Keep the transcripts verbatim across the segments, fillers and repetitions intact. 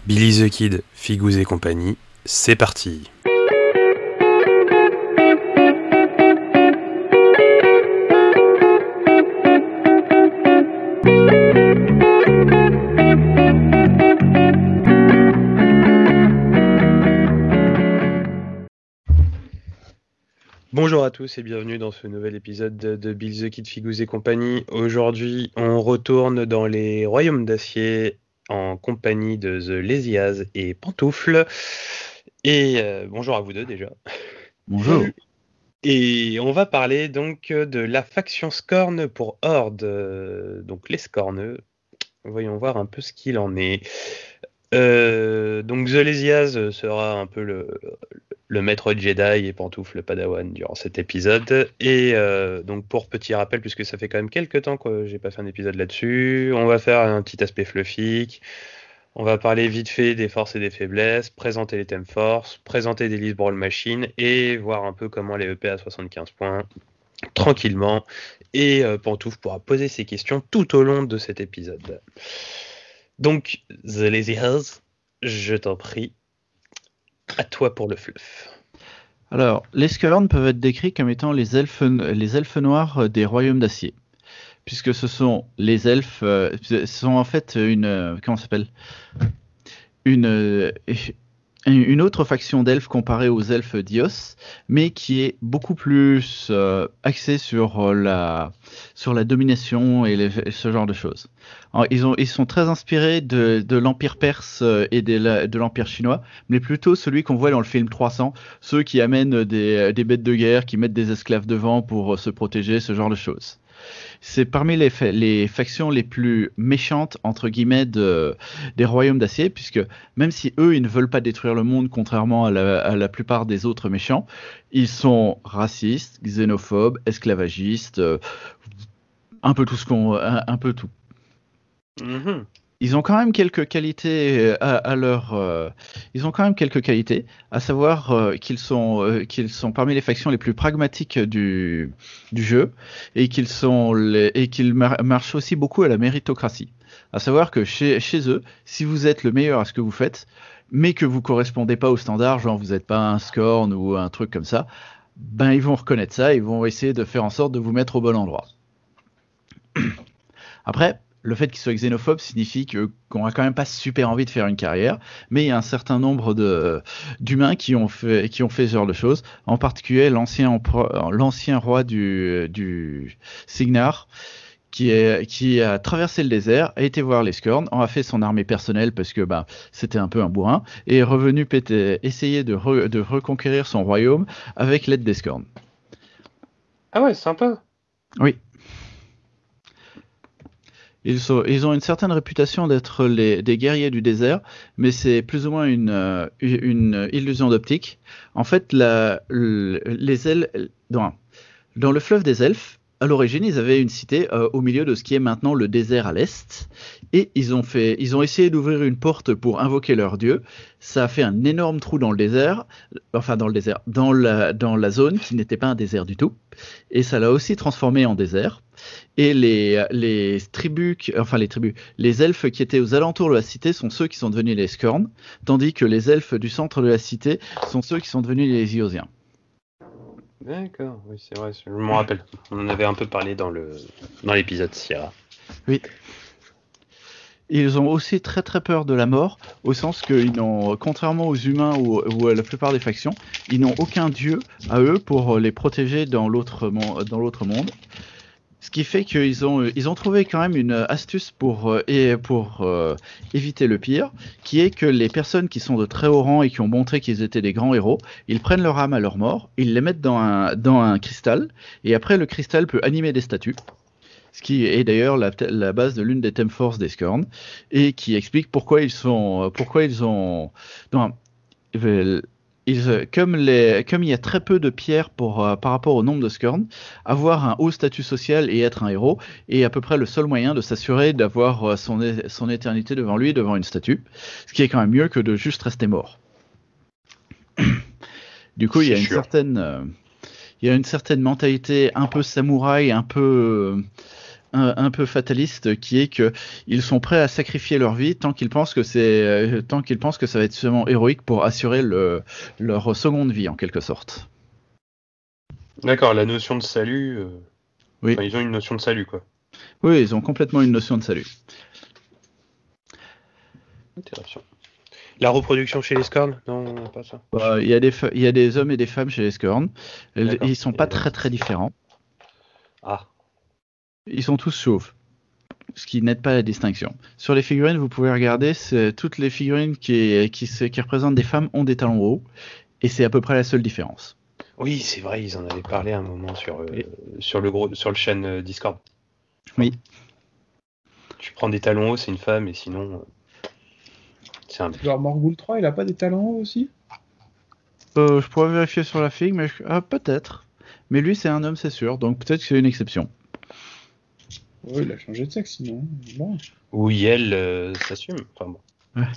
Billy the Kid, Figous et compagnie, c'est parti. Bonjour à tous et bienvenue dans ce nouvel épisode de, de Billy the Kid, Figous et compagnie. Aujourd'hui, on retourne dans les Royaumes d'Acier en compagnie de The Lazy As et Pantoufle. Et euh, bonjour à vous deux déjà. Bonjour. Et on va parler donc de la faction Scorn pour Horde. Euh, donc les Scorneux. Voyons voir un peu ce qu'il en est. Euh, donc The Lazy As sera un peu le, le maître Jedi et Pantoufle le Padawan durant cet épisode. Et euh, donc pour petit rappel, puisque ça fait quand même quelques temps que j'ai pas fait un épisode là-dessus, on va faire un petit aspect fluffique. On va parler vite fait des forces et des faiblesses, présenter les thèmes force, présenter des list brawl machines et voir un peu comment les E P à soixante-quinze points tranquillement. Et euh, Pantoufle pourra poser ses questions tout au long de cet épisode. Donc, The Lazy As, je t'en prie, à toi pour le fluff. Alors, les Scorn peuvent être décrits comme étant les elfes, les elfes noirs des Royaumes d'Acier, puisque ce sont les elfes, euh, ce sont en fait une, euh, comment ça s'appelle, une, euh, une autre faction d'elfes comparée aux elfes d'Ios, mais qui est beaucoup plus euh, axée sur la, sur la domination et, les, et ce genre de choses. Alors, ils, ont, ils sont très inspirés de, de l'Empire perse et de, de l'Empire chinois, mais plutôt celui qu'on voit dans le film trois cents, ceux qui amènent des, des bêtes de guerre, qui mettent des esclaves devant pour se protéger, ce genre de choses. C'est parmi les, fa- les factions les plus méchantes, entre guillemets, de, des Royaumes d'Acier, puisque même si eux, ils ne veulent pas détruire le monde, contrairement à la, à la plupart des autres méchants, ils sont racistes, xénophobes, esclavagistes, euh, un peu tout ce qu'on... un, un peu tout. Mm-hmm. Ils ont quand même quelques qualités à, à leur. Euh, ils ont quand même quelques qualités, à savoir euh, qu'ils sont euh, qu'ils sont parmi les factions les plus pragmatiques du du jeu et qu'ils sont les, et qu'ils mar- marchent aussi beaucoup à la méritocratie. À savoir que chez chez eux, si vous êtes le meilleur à ce que vous faites, mais que vous correspondez pas aux standards, genre vous n'êtes pas un Scorn ou un truc comme ça, ben ils vont reconnaître ça, ils vont essayer de faire en sorte de vous mettre au bon endroit. Après, le fait qu'il soit xénophobe signifie que, qu'on a quand même pas super envie de faire une carrière, mais il y a un certain nombre de, d'humains qui ont fait, qui ont fait ce genre de choses, en particulier l'ancien, l'ancien roi du, du Cygnar, qui, est, qui a traversé le désert, a été voir les Scorn, en a fait son armée personnelle parce que bah, c'était un peu un bourrin, et est revenu péter, essayer de, re, de reconquérir son royaume avec l'aide des Scorn. Ah ouais, sympa. Oui. Ils, sont, ils ont une certaine réputation d'être les, des guerriers du désert, mais c'est plus ou moins une, euh, une illusion d'optique. En fait, la, les ailes, dans, dans le fleuve des elfes, à l'origine, ils avaient une cité euh, au milieu de ce qui est maintenant le désert à l'est, et ils ont, fait, ils ont essayé d'ouvrir une porte pour invoquer leur dieu. Ça a fait un énorme trou dans le désert, enfin dans le désert, dans la, dans la zone qui n'était pas un désert du tout, et ça l'a aussi transformé en désert. Et les, les tribus, enfin les tribus, les elfes qui étaient aux alentours de la cité sont ceux qui sont devenus les Scorn, tandis que les elfes du centre de la cité sont ceux qui sont devenus les Iosiens. D'accord, oui c'est vrai, je m'en rappelle. On en avait un peu parlé dans, le, dans l'épisode Sierra. Oui. Ils ont aussi très très peur de la mort, au sens qu'ils n'ont, contrairement aux humains ou, ou à la plupart des factions, ils n'ont aucun dieu à eux pour les protéger dans l'autre, dans l'autre monde. Ce qui fait qu'ils ont, ils ont trouvé quand même une astuce pour, euh, et pour euh, éviter le pire, qui est que les personnes qui sont de très haut rang et qui ont montré qu'ils étaient des grands héros, ils prennent leur âme à leur mort, ils les mettent dans un, dans un cristal, et après le cristal peut animer des statues, ce qui est d'ailleurs la, la base de l'une des thèmes force des Scorn, et qui explique pourquoi ils sont, pourquoi ils ont... Non, Ils, comme, les, comme il y a très peu de pierres pour, euh, par rapport au nombre de Scorn, avoir un haut statut social et être un héros est à peu près le seul moyen de s'assurer d'avoir euh, son, son éternité devant lui, devant une statue, ce qui est quand même mieux que de juste rester mort. Du coup, il y a une certaine, euh, il y a une certaine mentalité un peu samouraï, un peu, un, un peu fataliste, qui est que ils sont prêts à sacrifier leur vie tant qu'ils pensent que c'est euh, tant qu'ils pensent que ça va être suffisamment héroïque pour assurer le, leur seconde vie en quelque sorte. D'accord, la notion de salut. Euh... Oui. Enfin, ils ont une notion de salut, quoi. Oui, ils ont complètement une notion de salut. Intéressant. La reproduction chez les Skorn? Non, pas ça. Bah, il y a des fa- il y a des hommes et des femmes chez les Skorn. D'accord. Ils sont pas très très différents. Ah. Ils sont tous chauves, ce qui n'aide pas la distinction. Sur les figurines, vous pouvez regarder, c'est- toutes les figurines qui, qui, se- qui représentent des femmes ont des talons hauts, et c'est à peu près la seule différence. Oui, c'est vrai, ils en avaient parlé un moment sur, euh, Oui. sur le gros, sur le chaîne euh, Discord. Oui. Tu prends des talons hauts, c'est une femme, et sinon, euh, c'est un mec. Genre Morgul trois, il a pas des talents hauts aussi? Euh, je pourrais vérifier sur la figue, mais je- ah, peut-être. Mais lui, c'est un homme, c'est sûr, donc peut-être que c'est une exception. Oui, il a changé de sexe sinon. Bon. Oui, elle euh, s'assume. Enfin bon. Ouais.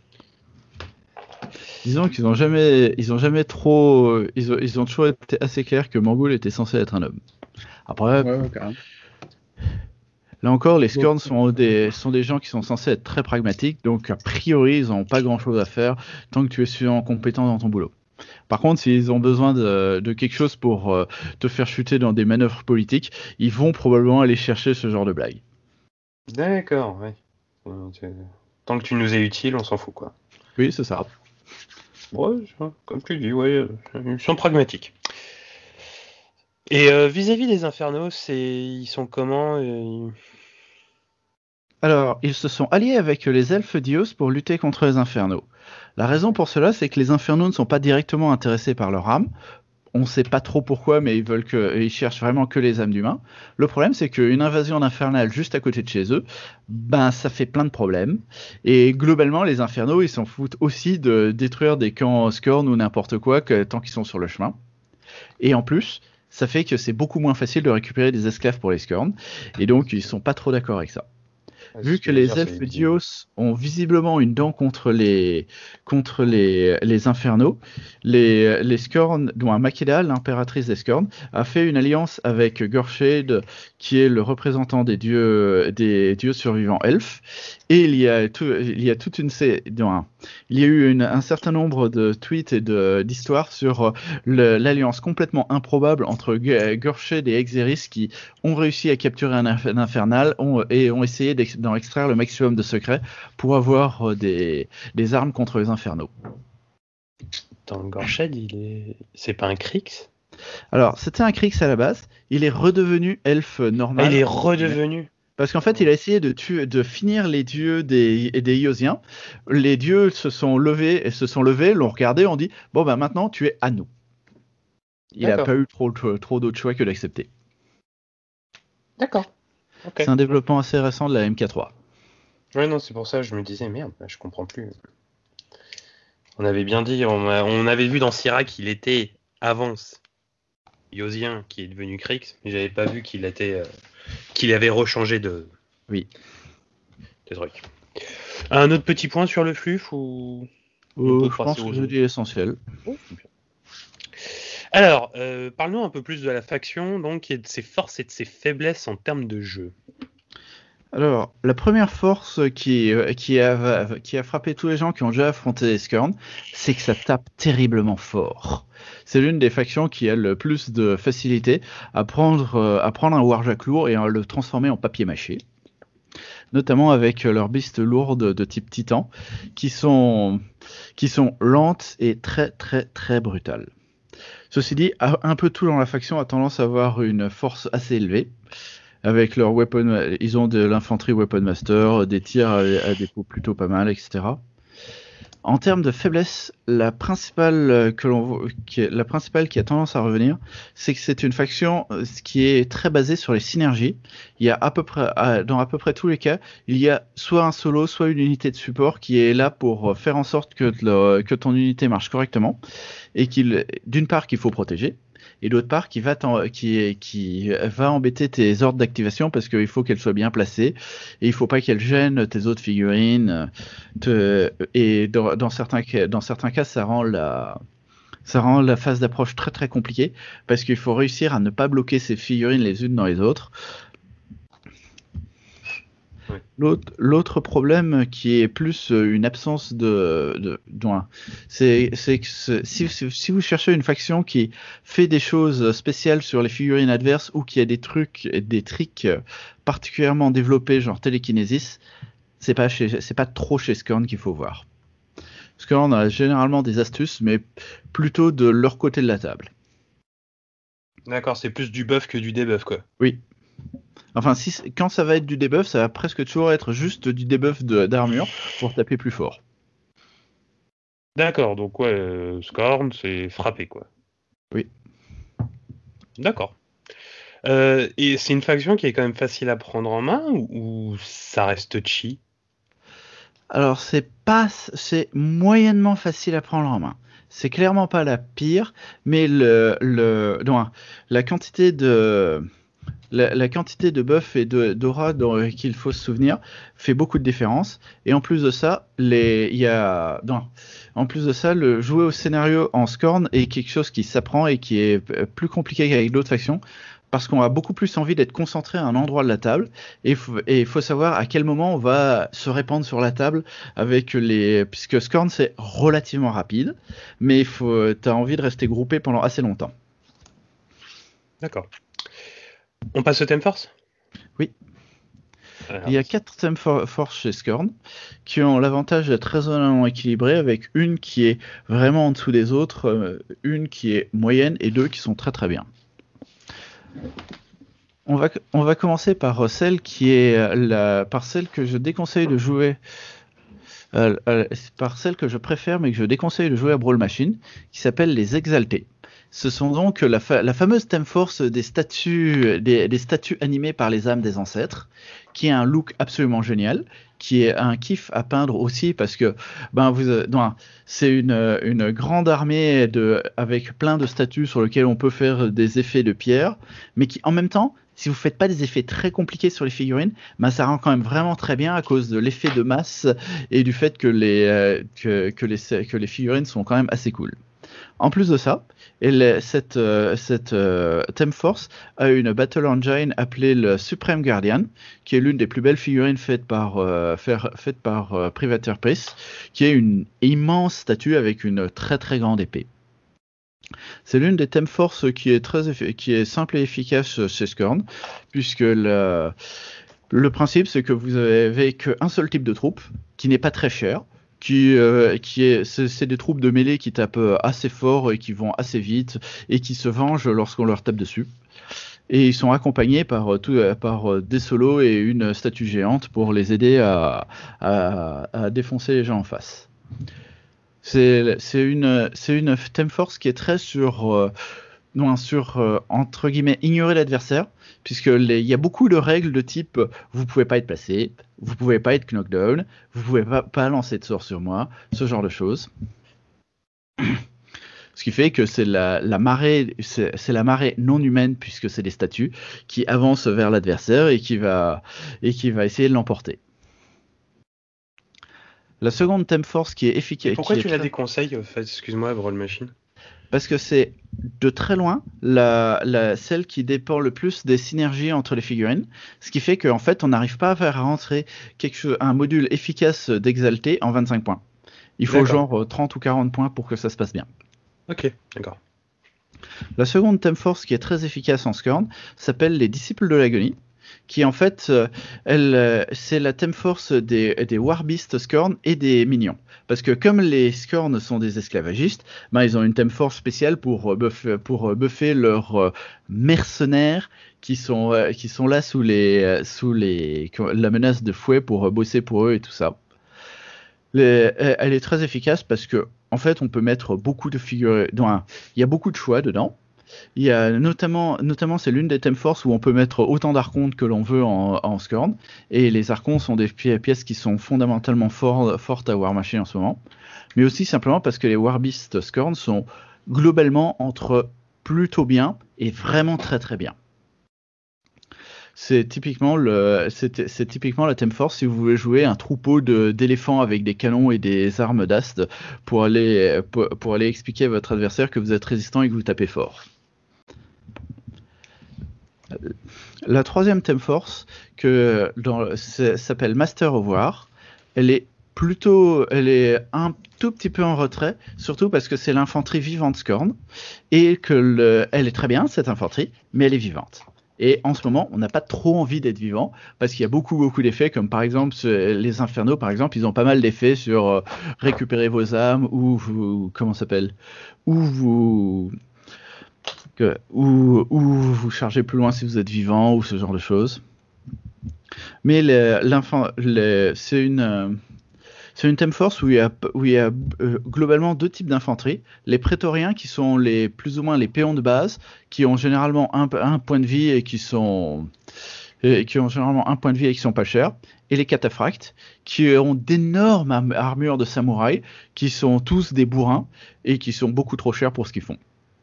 Disons qu'ils ont jamais, ils ont jamais trop, ils ont, ils ont toujours été assez clairs que Morgul était censé être un homme. Après, Ouais, ouais, carrément. là encore, les Skorn sont des, sont des gens qui sont censés être très pragmatiques, donc a priori, ils n'ont pas grand-chose à faire tant que tu es suffisamment compétent dans ton boulot. Par contre, s'ils ont besoin de, de quelque chose pour euh, te faire chuter dans des manœuvres politiques, ils vont probablement aller chercher ce genre de blague. D'accord, ouais. Euh, c'est- Tant que tu nous es utile, on s'en fout, quoi. Oui, c'est ça. Ouais, je- comme tu dis, ouais, euh, ils sont pragmatiques. Et euh, vis-à-vis des Infernos, c'est... ils sont comment? euh, Alors, ils se sont alliés avec les elfes d'Ios pour lutter contre les Infernaux. La raison pour cela, c'est que les Infernaux ne sont pas directement intéressés par leur âme. On ne sait pas trop pourquoi, mais ils veulent que, ils cherchent vraiment que les âmes d'humains. Le problème, c'est qu'une invasion d'infernal juste à côté de chez eux, ben ça fait plein de problèmes. Et globalement, les Infernaux, ils s'en foutent aussi de détruire des camps Skorn ou n'importe quoi que, tant qu'ils sont sur le chemin. Et en plus, ça fait que c'est beaucoup moins facile de récupérer des esclaves pour les Skorn. Et donc, ils sont pas trop d'accord avec ça. Ah, Vu ce que je veux les dire, elfes c'est- d'Ios ont visiblement une dent contre les, contre les, les Infernaux, les, les Skorn, dont un Makeda, l'impératrice des Skorn, a fait une alliance avec Gorshade, qui est le représentant des dieux, des dieux survivants elfes. Et il y a, tout, il y a toute une, sé- non, il y a eu une, un certain nombre de tweets et de, d'histoires sur le- l'alliance complètement improbable entre G- Gorshade et Exeris qui ont réussi à capturer un, inf- un infernal ont, et ont essayé d'ex- d'en extraire le maximum de secrets pour avoir euh, des, des armes contre les infernaux. Dans Gorshad, il est... c'est pas un Krix? Alors, c'était un Krix à la base, il est redevenu elfe Ah, normal. il est redevenu. Parce qu'en fait, il a essayé de, tuer, de finir les dieux des, des Iosiens. Les dieux se sont levés, et se sont levés, l'ont regardé, ont dit bon ben maintenant tu es à nous. Il n'a D'accord. pas eu trop, trop d'autres choix que d'accepter. D'accord. Ok. C'est un développement assez récent de la M K trois. Ouais, non, c'est pour ça que je me disais, merde, bah, je comprends plus. On avait bien dit, on, a- on avait vu dans Syrah qu'il était avance Iosien qui est devenu Krix, mais j'avais pas vu qu'il était, euh, qu'il avait rechangé de, Oui. de truc. Un autre petit point sur le flux ou on Euh, peut je passer pense aux que j'ai autres dit l'essentiel. Oh, c'est bien. Alors, euh, parle-nous un peu plus de la faction, donc, et de ses forces et de ses faiblesses en termes de jeu. Alors, la première force qui, euh, qui, a, qui a frappé tous les gens qui ont déjà affronté les Skorn, c'est que ça tape terriblement fort. C'est l'une des factions qui a le plus de facilité à prendre, euh, à prendre un warjack lourd et à le transformer en papier mâché. Notamment avec leurs bistes lourdes de type titan, qui sont, qui sont lentes et très très très brutales. Ceci dit, un peu tout dans la faction a tendance à avoir une force assez élevée. Avec leur weapon, ils ont de l'infanterie weapon master, des tirs à, à des coups plutôt pas mal, et cetera. En termes de faiblesse, la principale que l'on, qui est, la principale qui a tendance à revenir, c'est que c'est une faction qui est très basée sur les synergies. Il y a à peu près, dans à peu près tous les cas, il y a soit un solo, soit une unité de support qui est là pour faire en sorte que, le, que ton unité marche correctement et qu'il, d'une part, qu'il faut protéger. Et d'autre part, qui va, qui, qui va embêter tes ordres d'activation parce qu'il faut qu'elles soient bien placées et il faut pas qu'elles gênent tes autres figurines. Te, et dans, dans, certains, dans certains cas, ça rend la, ça rend la phase d'approche très très compliquée parce qu'il faut réussir à ne pas bloquer ces figurines les unes dans les autres. Ouais. L'autre, l'autre problème qui est plus euh, une absence de, de, de- c'est, c'est que ce- si, si, si vous cherchez une faction qui fait des choses spéciales sur les figurines adverses ou qui a des trucs, des tricks euh, particulièrement développés, genre télékinésis, c'est pas chez, c'est pas trop chez Scorn qu'il faut voir. Scorn a généralement des astuces, mais plutôt de leur côté de la table. D'accord, c'est plus du buff que du debuff, quoi. Oui. Enfin, si, c'est- quand ça va être du debuff, ça va presque toujours être juste du debuff de- d'armure pour taper plus fort. D'accord, donc ouais, euh, Scorn, c'est frapper, quoi. Oui. D'accord. Euh, et c'est une faction qui est quand même facile à prendre en main ou, ou ça reste chi? Alors, c'est pas, c'est moyennement facile à prendre en main. C'est clairement pas la pire, mais le, le, non, la quantité de, la, la quantité de buff et de, d'aura dont- qu'il faut se souvenir fait beaucoup de différence. Et en plus de ça, les, il y a, non, en plus de ça, le jouer au scénario en Scorn est quelque chose qui s'apprend et qui est euh, plus compliqué qu'avec d'autres factions. Parce qu'on a beaucoup plus envie d'être concentré à un endroit de la table et il faut, et faut savoir à quel moment on va se répandre sur la table avec les, puisque Scorn c'est relativement rapide, mais il faut, t'as envie de rester groupé pendant assez longtemps. D'accord. On passe au thème force? Oui. Alors, Il y a quatre thèmes for- force chez Scorn qui ont l'avantage d'être raisonnablement équilibrés avec une qui est vraiment en dessous des autres, euh, une qui est moyenne et deux qui sont très très bien. On va, on va commencer par celle qui est euh, la, par celle que je déconseille de jouer, euh, euh, par celle que je préfère mais que je déconseille de jouer à Brawl Machine, qui s'appelle les Exaltés. Ce sont donc la, fa- la fameuse thème force des statues, des, des statues animées par les âmes des ancêtres, qui a un look absolument génial, qui est un kiff à peindre aussi parce que ben vous, euh, non, c'est une, une grande armée de, avec plein de statues sur lesquelles on peut faire des effets de pierre, mais qui en même temps, si vous faites pas des effets très compliqués sur les figurines, ben ça rend quand même vraiment très bien à cause de l'effet de masse et du fait que les, euh, que, que les, que les figurines sont quand même assez cool. En plus de ça, elle, cette, euh, cette euh, Theme Force a une Battle Engine appelée le Supreme Guardian, qui est l'une des plus belles figurines faites par, euh, faire, faites par euh, Privateer Press, qui est une immense statue avec une très très grande épée. C'est l'une des Theme Force qui est, très effi- qui est simple et efficace chez Scorn, puisque le, le principe c'est que vous avez qu'un seul type de troupe, qui n'est pas très cher, qui, euh, qui est, c'est, c'est des troupes de mêlée qui tapent assez fort et qui vont assez vite et qui se vengent lorsqu'on leur tape dessus. Et ils sont accompagnés par, euh, tout, par euh, des solos et une statue géante pour les aider à, à, à défoncer les gens en face. C'est, c'est, une, c'est une thème force qui est très sur, euh, non, sur euh, entre guillemets, ignorer l'adversaire, puisque les- il y a beaucoup de règles de type euh, vous pouvez pas être passé, vous pouvez pas être knockdown, vous pouvez pas, pas lancer de sort sur moi, ce genre de choses. Ce qui fait que c'est la, la marée, c'est, c'est la marée non humaine puisque c'est des statues qui avancent vers l'adversaire et qui va et qui va essayer de l'emporter. La seconde thème force qui est et efficace, pourquoi qui est tu la très, déconseilles, en fait, excuse-moi, Brawl Machine? parce que c'est de très loin la, la, celle qui dépend le plus des synergies entre les figurines, ce qui fait qu'en fait on n'arrive pas à faire rentrer quelque chose, un module efficace d'exalté en vingt-cinq points. Il faut D'accord. genre trente ou quarante points pour que ça se passe bien. Ok, d'accord. La seconde thème force qui est très efficace en Scorn s'appelle les disciples de l'agonie, qui en fait, euh, elle, euh, c'est la thème force des, des Warbeasts Scorn et des minions. Parce que comme les Scorn sont des esclavagistes, ben, ils ont une thème force spéciale pour, euh, buffer, pour euh, buffer leurs euh, mercenaires qui sont, euh, qui sont là sous, les, euh, sous les, la menace de fouet pour euh, bosser pour eux et tout ça. Les, elle est très efficace parce que en fait, on peut mettre beaucoup de figures. Non, il y a beaucoup de choix dedans. Il y a notamment, notamment c'est l'une des thèmes force où on peut mettre autant d'archontes que l'on veut en, en Scorn. Et les archontes sont des pi- pièces qui sont fondamentalement fort, fortes à War Machine en ce moment. Mais aussi simplement parce que les Warbeasts Scorn sont globalement entre plutôt bien et vraiment très très bien. C'est typiquement, le, c'est, c'est typiquement la thème force si vous voulez jouer un troupeau de, d'éléphants avec des canons et des armes d'ast pour aller, pour, pour aller expliquer à votre adversaire que vous êtes résistant et que vous tapez fort. La troisième Theme Force, que dans, s'appelle Master of War, elle est plutôt, elle est un tout petit peu en retrait, surtout parce que c'est l'infanterie vivante Scorn, et que le, elle est très bien, cette infanterie, mais elle est vivante. Et en ce moment, on n'a pas trop envie d'être vivant, parce qu'il y a beaucoup, beaucoup d'effets, comme par exemple, les Infernaux, par exemple, ils ont pas mal d'effets sur euh, récupérer vos âmes, ou vous, comment ça s'appelle, ou vous... Que, ou, ou vous chargez plus loin si vous êtes vivant, ou ce genre de choses. Mais le, l'infant, le, c'est une... Euh, C'est une Theme Force où il y a, où il y a euh, globalement deux types d'infanterie. Les prétoriens, qui sont les, plus ou moins les péons de base, qui ont généralement un, un point de vie et qui sont, et qui ont généralement un point de vie et qui sont pas chers. Et les cataphractes, qui ont d'énormes arm- armures de samouraï, qui sont tous des bourrins et qui sont beaucoup trop chers pour ce qu'ils font.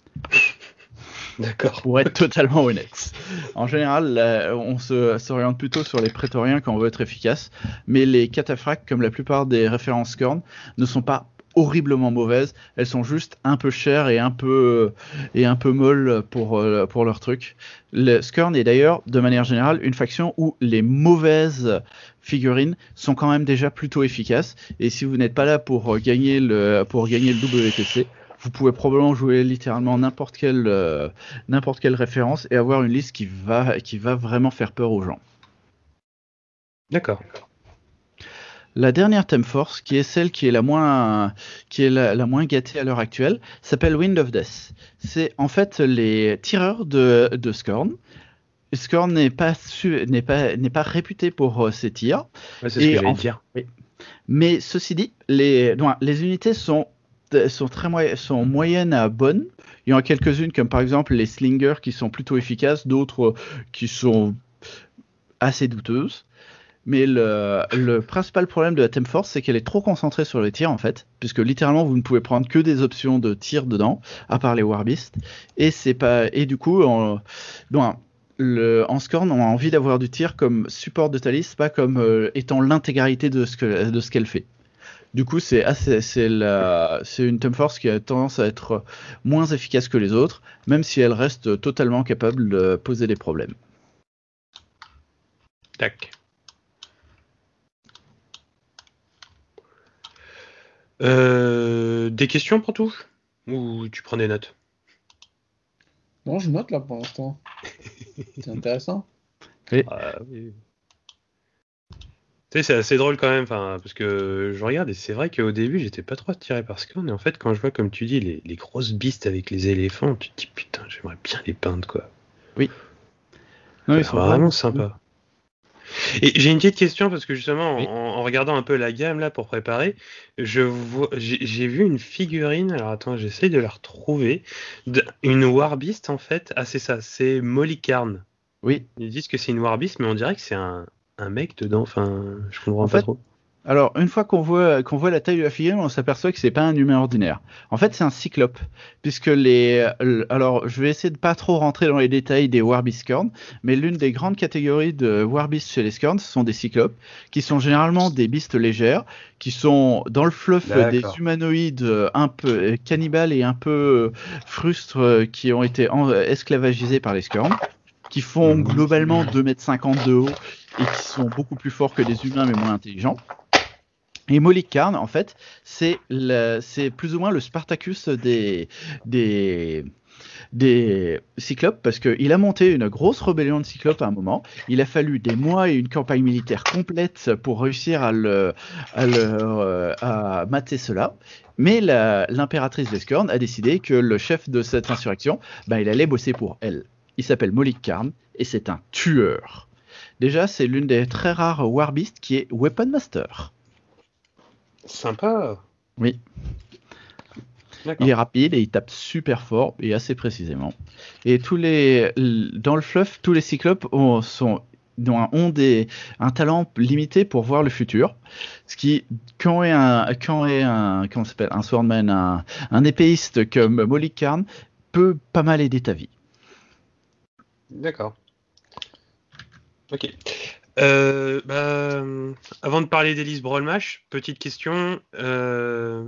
D'accord. Pour être totalement honnête. En général, là, on se, s'oriente plutôt sur les prétoriens quand on veut être efficace, mais les cataphractes, comme la plupart des références Scorn, ne sont pas horriblement mauvaises, elles sont juste un peu chères et un peu, et un peu molles pour, euh, pour leur truc. Le Scorn est d'ailleurs, de manière générale, une faction où les mauvaises figurines sont quand même déjà plutôt efficaces, et si vous n'êtes pas là pour gagner le, pour gagner le W T C, vous pouvez probablement jouer littéralement n'importe quelle, euh, n'importe quelle référence et avoir une liste qui va, qui va vraiment faire peur aux gens. D'accord. La dernière Theme Force, qui est celle qui est la moins, qui est la, la moins gâtée à l'heure actuelle, s'appelle Wind of Death. C'est en fait les tireurs de, de Scorn. Scorn n'est pas, su, n'est pas, n'est pas réputé pour euh, ses tirs. Ouais, c'est ce Et que j'allais en, dire. oui. Mais ceci dit, les, non, les unités sont sont très moy- sont moyennes à bonnes. Il y en a quelques-unes comme par exemple les slingers qui sont plutôt efficaces, d'autres euh, qui sont assez douteuses. Mais le, le principal problème de la Theme Force, c'est qu'elle est trop concentrée sur les tirs en fait, puisque littéralement vous ne pouvez prendre que des options de tir dedans, à part les Warbeasts. Et c'est pas et du coup, en, bon, le, en Scorn, on a envie d'avoir du tir comme support de ta liste, pas comme euh, étant l'intégralité de ce que de ce qu'elle fait. Du coup, c'est, assez, c'est, la, c'est une Theme Force qui a tendance à être moins efficace que les autres, même si elle reste totalement capable de poser des problèmes. Tac. Euh, des questions pour tout? Ou tu prends des notes? Non, je note là pour l'instant. C'est intéressant. Et Ah, oui. Tu sais, c'est assez drôle quand même, enfin, parce que je regarde et c'est vrai qu'au début j'étais pas trop attiré par Scorn, et en fait quand je vois, comme tu dis, les, les grosses beasts avec les éléphants, tu te dis putain, j'aimerais bien les peindre quoi. oui. Ça Non, a ils l'air sont vraiment vraiment sympa. Et j'ai une petite question parce que justement, oui. en, en regardant un peu la gamme là pour préparer, je vois, j'ai, j'ai vu une figurine. Alors attends, j'essaye de la retrouver. De- une Warbeast en fait. Ah c'est ça, c'est Molly Carn. Oui. Ils disent que c'est une Warbeast, mais on dirait que c'est un, un mec dedans. Enfin, je En comprends pas fait, trop. alors une fois qu'on voit qu'on voit la taille de la figurine, on s'aperçoit que c'est pas un humain ordinaire. En fait, c'est un cyclope, puisque les l- alors je vais essayer de pas trop rentrer dans les détails des Warbeast Scorn, mais l'une des grandes catégories de Warbeast chez les Scorn, ce sont des cyclopes, qui sont généralement des beasts légères, qui sont dans le fluff euh, des D'accord. humanoïdes euh, un peu euh, cannibales et un peu euh, frustres euh, qui ont été en- esclavagisés par les Scorn, qui font Mhm. globalement deux mètres cinquante de haut et qui sont beaucoup plus forts que des humains mais moins intelligents. Et Molly Carn, en fait, c'est, le, c'est plus ou moins le Spartacus des, des, des Cyclopes, parce qu'il a monté une grosse rébellion de Cyclopes à un moment. Il a fallu des mois et une campagne militaire complète pour réussir à, le, à, le, euh, à mater cela. Mais la, l'impératrice des Scorn a décidé que le chef de cette insurrection, ben, il allait bosser pour elle. Il s'appelle Molly Carn, et c'est un tueur. Déjà, c'est l'une des très rares Warbeasts qui est Weapon Master. Sympa. Oui. D'accord. Il est rapide et il tape super fort et assez précisément. Et tous les, dans le fluff, tous les cyclopes ont, sont, ont des, un talent limité pour voir le futur. Ce qui, quand est un, quand est un, comment s'appelle, un swordman, un, un épéiste comme Molly Carn, peut pas mal aider ta vie. D'accord. Ok. Euh, bah, hum, avant de parler d'Elise Brollmash, petite question. Euh,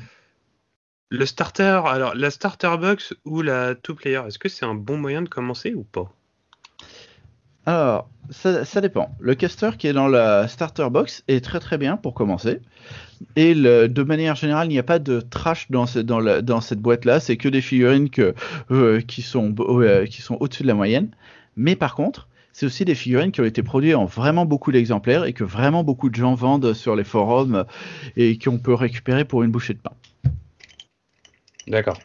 le starter, alors la starter box ou la two player, est-ce que c'est un bon moyen de commencer ou pas? Alors, ça, ça dépend. Le caster qui est dans la starter box est très très bien pour commencer. Et le- de manière générale, il n'y a pas de trash dans, ce- dans, la- dans cette boîte-là. C'est que des figurines que, euh, qui sont, bo- euh, qui sont au-dessus de la moyenne. Mais par contre, c'est aussi des figurines qui ont été produites en vraiment beaucoup d'exemplaires et que vraiment beaucoup de gens vendent sur les forums et qu'on peut récupérer pour une bouchée de pain. D'accord.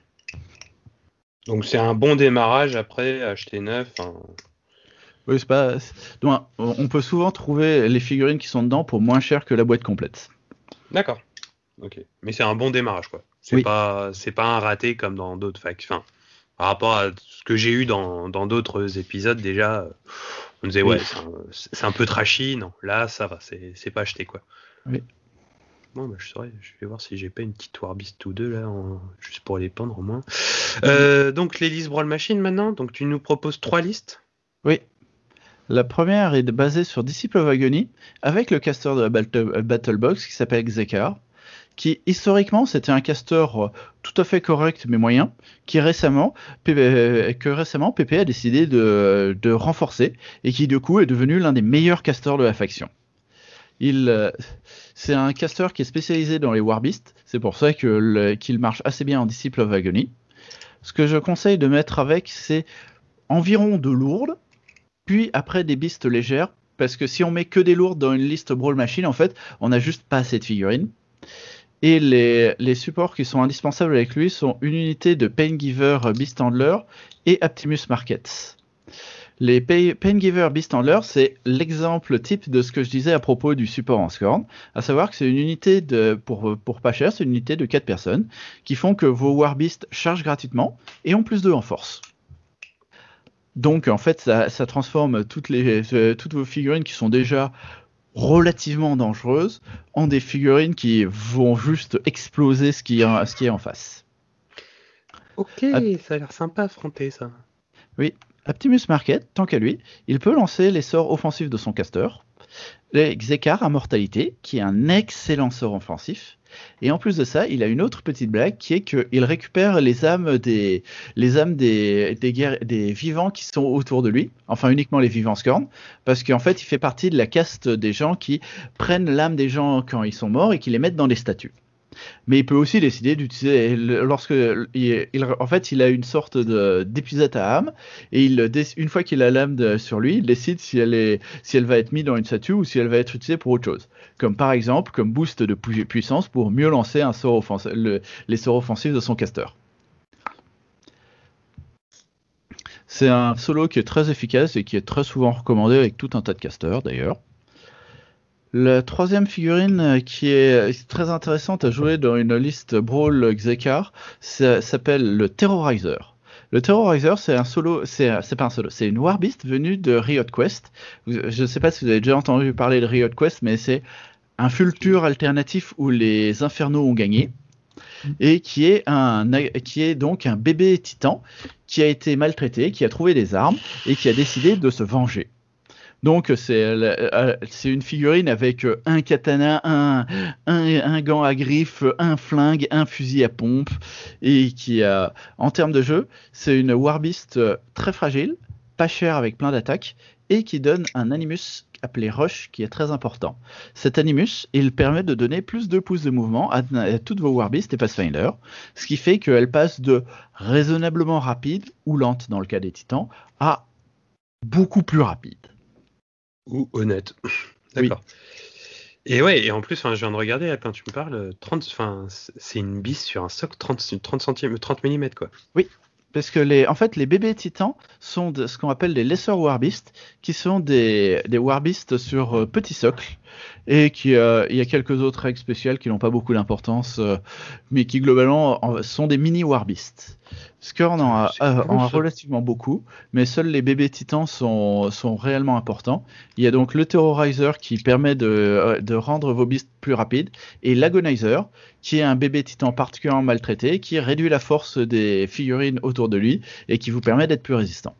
Donc c'est un bon démarrage après acheter neuf. Hein. Oui, c'est pas... c'est- donc, on peut souvent trouver les figurines qui sont dedans pour moins cher que la boîte complète. D'accord. Ok. Mais c'est un bon démarrage quoi. C'est Oui. pas c'est pas un raté comme dans d'autres facs. Enfin, par rapport à ce que j'ai eu dans dans d'autres épisodes déjà, euh, on disait Oui. ouais c'est un, c'est un peu trashy. Non, là ça va. C'est c'est pas acheté quoi. Oui. Bon, bah, je saurais, je vais voir si j'ai pas une petite Warbist ou deux là, en- juste pour les peindre au moins. Euh, donc les listes Brawl Machine maintenant, donc tu nous proposes trois listes. Oui. La première est basée sur Disciple of Agony avec le caster de la Battle, Battle Box qui s'appelle Xekar, qui historiquement c'était un caster euh, tout à fait correct mais moyen, qui récemment, P- euh, que récemment P P a décidé de, de renforcer et qui du coup est devenu l'un des meilleurs casters de la faction. Il, euh, c'est un caster qui est spécialisé dans les Warbeasts, c'est pour ça que le- qu'il marche assez bien en Disciple of Agony. Ce que je conseille de mettre avec, c'est environ de lourdes, puis après des beasts légères, parce que si on met que des lourdes dans une liste Brawl Machine, en fait, on n'a juste pas assez de figurines. Et les, les supports qui sont indispensables avec lui sont une unité de Paingiver Beast Handler et Optimus Markets. Les Pay- Paingiver Beast Handler, c'est l'exemple type de ce que je disais à propos du support en Scorn, à savoir que c'est une unité de, pour, pour pas cher, c'est une unité de quatre personnes qui font que vos Warbeasts chargent gratuitement et ont plus deux en force. Donc en fait, ça, ça transforme toutes, les, euh, toutes vos figurines qui sont déjà relativement dangereuses en des figurines qui vont juste exploser ce qui est, ce qui est en face. Ok, Ap- ça a l'air sympa affronter ça. oui, Optimus Market, tant qu'à lui, il peut lancer les sorts offensifs de son caster. Le Xekar à mortalité, qui est un excellent sort offensif. Et en plus de ça, il a une autre petite blague qui est qu'il récupère les âmes des, les âmes des, des, guerres, des vivants qui sont autour de lui, enfin uniquement les vivants Scorn, parce qu'en fait, il fait partie de la caste des gens qui prennent l'âme des gens quand ils sont morts et qui les mettent dans des statues. Mais il peut aussi décider d'utiliser lorsque il, il- en fait il a une sorte de d'épuisette à âme et il une fois qu'il a l'âme de- sur lui, il décide si elle est si elle va être mise dans une statue ou si elle va être utilisée pour autre chose. Comme par exemple comme boost de pu- puissance pour mieux lancer un sort offensif, le- les sorts offensifs de son caster. C'est un solo qui est très efficace et qui est très souvent recommandé avec tout un tas de casters d'ailleurs. La troisième figurine euh, qui est très intéressante à jouer dans une liste Brawl Xekar ça s'appelle le Terrorizer. Le Terrorizer, c'est un solo, c'est c'est pas un solo, c'est une Warbeast venue de Riot Quest. Je ne sais pas si vous avez déjà entendu parler de Riot Quest, mais c'est un futur alternatif où les Infernaux ont gagné et qui est un qui est donc un bébé titan qui a été maltraité, qui a trouvé des armes et qui a décidé de se venger. Donc c'est euh, c'est une figurine avec euh, un katana, un, un, un gant à griffes, un flingue, un fusil à pompe et qui a en termes de jeu, c'est une Warbeast euh, très fragile, pas chère avec plein d'attaques et qui donne un animus appelé Rush qui est très important. Cet animus, il permet de donner plus de pouces de mouvement à, à toutes vos Warbeasts et Pathfinder, ce qui fait qu'elles passent de raisonnablement rapide ou lente dans le cas des titans à beaucoup plus rapide. Ou honnête. Oui. D'accord. Et ouais, et en plus, enfin, je viens de regarder là, quand tu me parles, trente, enfin, c'est une bise sur un socle trente, trente centimes, trente millimètres quoi. Oui, parce que les, en fait, les bébés titans sont de, ce qu'on appelle des lesser warbeasts, qui sont des, des warbeasts sur euh, petit socle, et qui, euh, il y a quelques autres règles spéciales qui n'ont pas beaucoup d'importance, euh, mais qui globalement en- sont des mini warbeasts. Skorn en a, C'est euh, cool en a ça. relativement beaucoup, mais seuls les bébés titans sont, sont réellement importants. Il y a donc le Terrorizer qui permet de, euh, de rendre vos beasts plus rapides, et l'Agonizer qui est un bébé titan particulièrement maltraité, qui réduit la force des figurines autour de lui et qui vous permet d'être plus résistant.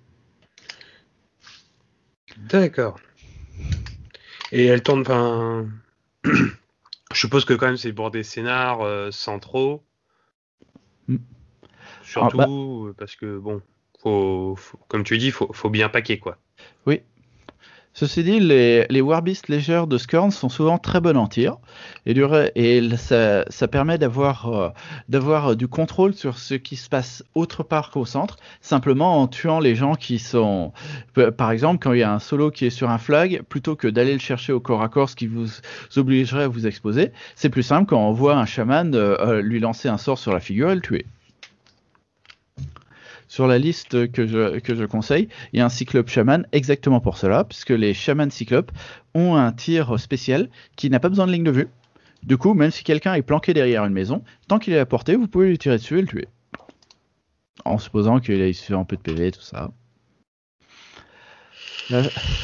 D'accord. Et elle tourne, enfin, je suppose que quand même c'est pour des scénars euh, centraux, Mm. Ah, bah, surtout euh, parce que bon, faut, faut- comme tu dis, faut, faut bien paquer quoi. oui. Ceci dit, les, les Warbeasts légères de Skorn sont souvent très bonnes en tir, et, du, et ça, ça permet d'avoir, euh, d'avoir du contrôle sur ce qui se passe autre part qu'au centre, simplement en tuant les gens qui sont... Par exemple, quand il y a un solo qui est sur un flag, plutôt que d'aller le chercher au corps à corps, ce qui vous obligerait à vous exposer, c'est plus simple quand on voit un chaman euh, lui lancer un sort sur la figure et le tuer. Sur la liste que je, que je conseille, il y a un cyclope chaman exactement pour cela, puisque les chamans cyclopes ont un tir spécial qui n'a pas besoin de ligne de vue. Du coup, même si quelqu'un est planqué derrière une maison, tant qu'il est à portée, vous pouvez lui tirer dessus et le tuer. En supposant qu'il ait suffisamment peu de P V, tout ça. La...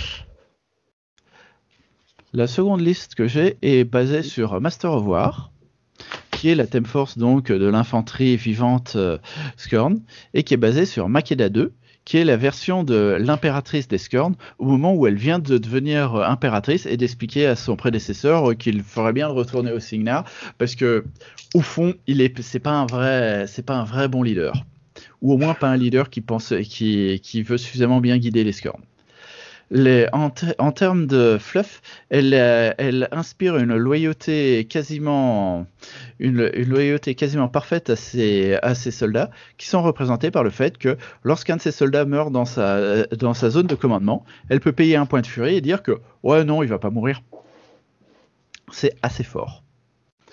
la seconde liste que j'ai est basée sur Master of War, qui est la theme force donc de l'infanterie vivante euh, Skorn, et qui est basée sur Makeda deux, qui est la version de l'impératrice des Skorn, au moment où elle vient de devenir euh, impératrice et d'expliquer à son prédécesseur euh, qu'il ferait bien de retourner au Signar, parce que au fond, il est, c'est pas un vrai, c'est pas un vrai bon leader, ou au moins pas un leader qui pense, qui, qui veut suffisamment bien guider les Skorn. Les, en, te, en termes de fluff, elle, elle inspire une loyauté quasiment, une, une loyauté quasiment parfaite à ses, à ses soldats, qui sont représentés par le fait que lorsqu'un de ses soldats meurt dans sa, dans sa zone de commandement, elle peut payer un point de furie et dire que ouais non, il va pas mourir. C'est assez fort. Sérieux ?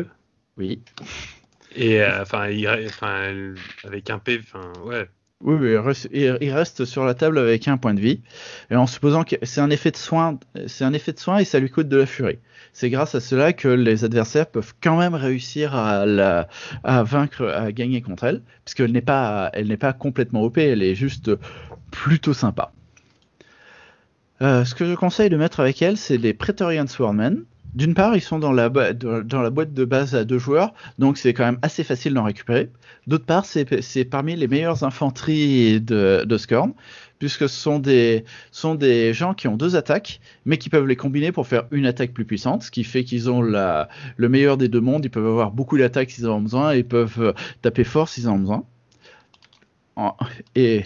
Oui. Et enfin, euh, avec un P, enfin ouais. Oui, oui, il reste sur la table avec un point de vie, et en supposant que c'est un effet de soin, c'est un effet de soin et ça lui coûte de la furie. C'est grâce à cela que les adversaires peuvent quand même réussir à, la, à vaincre, à gagner contre elle, puisqu'elle n'est pas, elle n'est pas complètement O P, elle est juste plutôt sympa. Euh, ce que je conseille de mettre avec elle, c'est des Praetorian Swordmen. D'une part, ils sont dans la, dans la boîte de base à deux joueurs, donc c'est quand même assez facile d'en récupérer. D'autre part, c'est, c'est parmi les meilleures infanteries de, de Skorn, puisque ce sont des, sont des gens qui ont deux attaques, mais qui peuvent les combiner pour faire une attaque plus puissante, ce qui fait qu'ils ont la, le meilleur des deux mondes. Ils peuvent avoir beaucoup d'attaques s'ils en ont besoin, et ils peuvent taper fort s'ils en ont besoin. Et...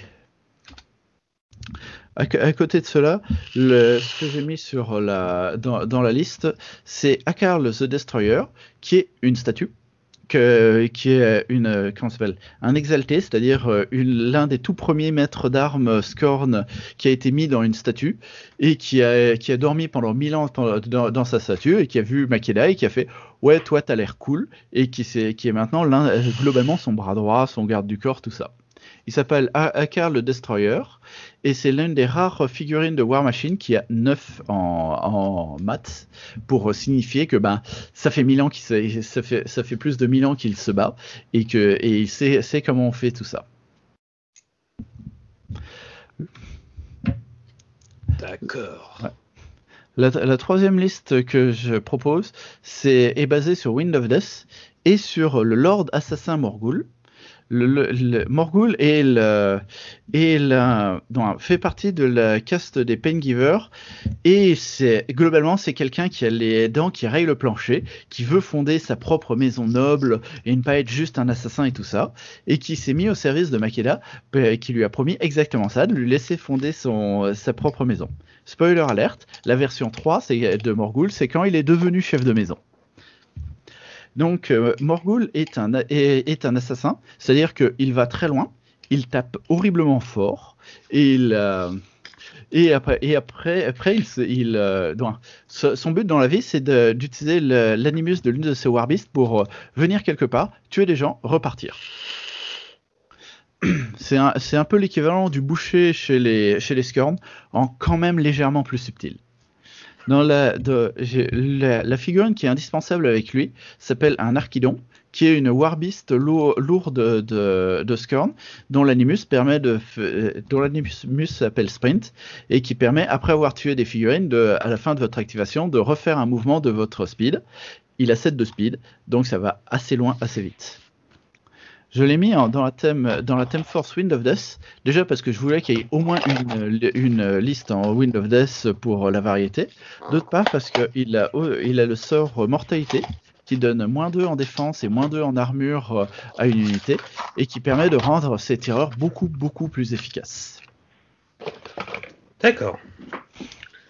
À côté de cela, le, ce que j'ai mis sur la, dans, dans la liste, c'est Akarl the Destroyer, qui est une statue, que, qui est une, comment s'appelle, un exalté, c'est-à-dire une, l'un des tout premiers maîtres d'armes Skorn qui a été mis dans une statue et qui a, qui a dormi pendant mille ans dans, dans sa statue et qui a vu Makeda et qui a fait ouais, toi t'as l'air cool, et qui, qui est maintenant l'un, globalement son bras droit, son garde du corps, tout ça. Il s'appelle Akarl le Destroyer, et c'est l'une des rares figurines de War Machine qui a neuf en, en maths, pour signifier que ben, ça fait mille ans qu'il se, ça fait, ça fait plus de mille ans qu'il se bat, et que et il sait, sait comment on fait tout ça. D'accord. Ouais. La, la troisième liste que je propose c'est, est basée sur Wind of Death et sur le Lord Assassin Morgul. Le, le, le Morgul est le, est la, non, fait partie de la caste des Paingivers, et c'est, globalement c'est quelqu'un qui a les dents qui rayent le plancher, qui veut fonder sa propre maison noble et ne pas être juste un assassin et tout ça, et qui s'est mis au service de Makeda, qui lui a promis exactement ça, de lui laisser fonder son, sa propre maison. Spoiler alerte, la version trois c'est, de Morgul, c'est quand il est devenu chef de maison. Donc euh, Morgul est un, est, est un assassin, c'est-à-dire qu'il va très loin, il tape horriblement fort, et, il, euh, et après, et après, après il, il, euh, non, son but dans la vie, c'est de, d'utiliser le, l'animus de l'une de ses Warbeasts pour euh, venir quelque part, tuer des gens, repartir. C'est un, c'est un peu l'équivalent du boucher chez les, chez les Skorn, en quand même légèrement plus subtil. Dans la, de, j'ai, la, la figurine qui est indispensable avec lui s'appelle un Archidon, qui est une Warbeast lourd, lourde de, de, de Skorn, dont l'animus permet de, dont l'animus s'appelle Sprint, et qui permet, après avoir tué des figurines, de, à la fin de votre activation, de refaire un mouvement de votre speed. Il a sept de speed, donc ça va assez loin, assez vite. Je l'ai mis en, dans, la thème, dans la thème Force Wind of Death, déjà parce que je voulais qu'il y ait au moins une, une liste en Wind of Death pour la variété. D'autre part parce qu'il a, il a le sort Mortalité, qui donne moins deux en défense et moins deux en armure à une unité, et qui permet de rendre ses tireurs beaucoup, beaucoup plus efficaces. D'accord.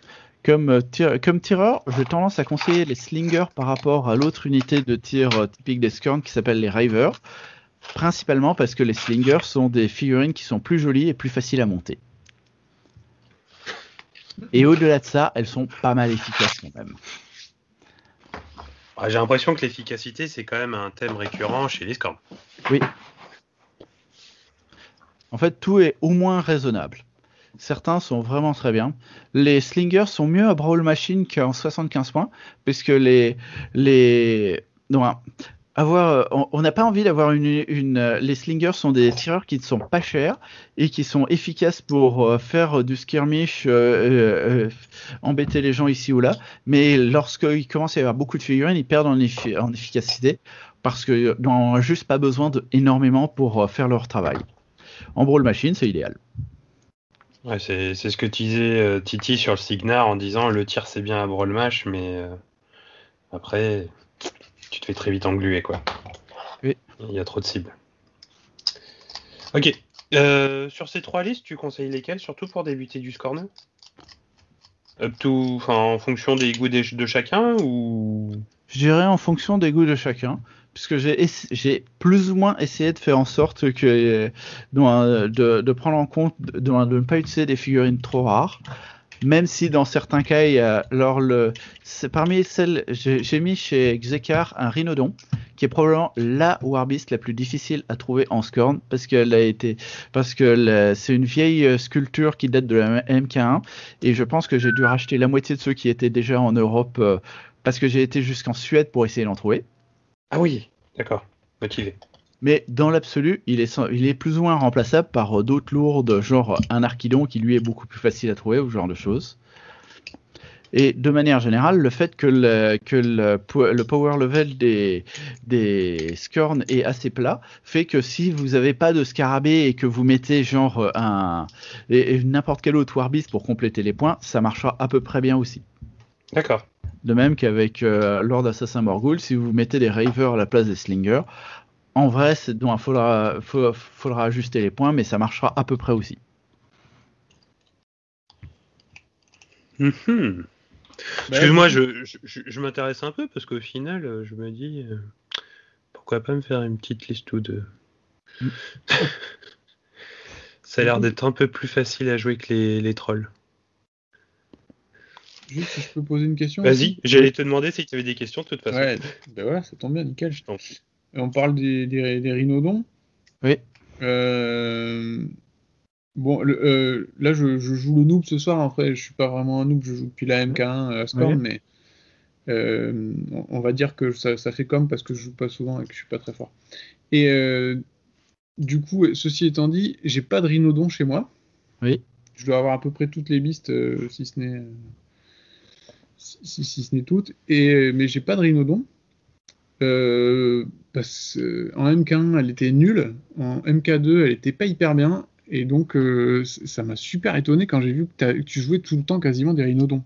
Comme, euh, tir- comme tireur, j'ai tendance à conseiller les slingers par rapport à l'autre unité de tir euh, typique des Skorne qui s'appelle les Rivers, principalement parce que les slingers sont des figurines qui sont plus jolies et plus faciles à monter. Et au-delà de ça, elles sont pas mal efficaces quand même. Ouais, j'ai l'impression que l'efficacité, c'est quand même un thème récurrent chez les Skorne. Oui. En fait, tout est au moins raisonnable. Certains sont vraiment très bien. Les slingers sont mieux à Brawl Machine qu'en soixante-quinze points, puisque les... les... Non, hein, avoir, on n'a pas envie d'avoir une, une... Les slingers sont des tireurs qui ne sont pas chers et qui sont efficaces pour euh, faire du skirmish, euh, euh, euh, embêter les gens ici ou là. Mais lorsqu'il commence à y avoir beaucoup de figurines, ils perdent en, effi- en efficacité parce qu'ils n'ont juste pas besoin de énormément pour euh, faire leur travail. En Brawl Machine, c'est idéal. Ouais, c'est, c'est ce que disait euh, Titi sur le Signar en disant le tir c'est bien à Brawl Match, mais euh, après tu te fais très vite engluer quoi. Oui. Il y a trop de cibles. Ok. Euh, sur ces trois listes, tu conseilles lesquelles, surtout pour débuter du Skorne? Up to, enfin, en fonction des goûts des- de chacun ou Je dirais en fonction des goûts de chacun, puisque j'ai, essa- j'ai plus ou moins essayé de faire en sorte que euh, de, de, de prendre en compte de, de ne pas utiliser des figurines trop rares, même si dans certains cas, il y a, alors le, c'est parmi celles, j'ai, j'ai mis chez Xekar un Rhinodon, qui est probablement la Warbeast la plus difficile à trouver en Skorne, parce qu'elle a été, parce que la- c'est une vieille euh, sculpture qui date de la M K un, et je pense que j'ai dû racheter la moitié de ceux qui étaient déjà en Europe, euh, parce que j'ai été jusqu'en Suède pour essayer d'en trouver. Ah oui, d'accord, motivé. Mais dans l'absolu, il est, sans- il est plus ou moins remplaçable par euh, d'autres lourdes, genre un Archidon qui lui est beaucoup plus facile à trouver, ou ce genre de choses. Et de manière générale, le fait que le, que le, po- le power level des, des Skorne est assez plat fait que si vous n'avez pas de scarabée et que vous mettez genre un, et, et n'importe quel autre Warbeast pour compléter les points, ça marchera à peu près bien aussi. D'accord. De même qu'avec euh, Lord Assassin Morgul, si vous mettez des Ravers à la place des Slingers, en vrai, il faudra, faudra, faudra ajuster les points, mais ça marchera à peu près aussi. Mm-hmm. Bah, Excuse-moi, du coup- je, je, je m'intéresse un peu parce qu'au final, euh, je me dis euh, pourquoi pas me faire une petite liste ou deux. Mm. Ça a l'air d'être un peu plus facile à jouer que les, les trolls. Juste si je peux poser une question Vas-y, aussi. j'allais te demander si tu avais des questions de toute façon. Ouais, bah voilà, ça tombe bien, nickel. Je t'en prie. On parle des, des, des rhinodons. Oui. Euh, Bon, le, euh, là, je, je joue le noob ce soir. Après, je suis pas vraiment un noob. Je joue depuis la M K un à Skorne, Oui. mais euh, on, on va dire que ça, ça fait comme parce que je joue pas souvent et que je suis pas très fort. Et euh, du coup, ceci étant dit, j'ai pas de rhinodon chez moi. Oui. Je dois avoir à peu près toutes les listes, euh, si ce n'est euh, si, si ce n'est toutes. Et mais j'ai pas de rhinodon. Euh, parce euh, en M K un, elle était nulle. En M K deux, elle était pas hyper bien. Et donc, euh, c- ça m'a super étonné quand j'ai vu que, t'as- que tu jouais tout le temps quasiment des rhinodons.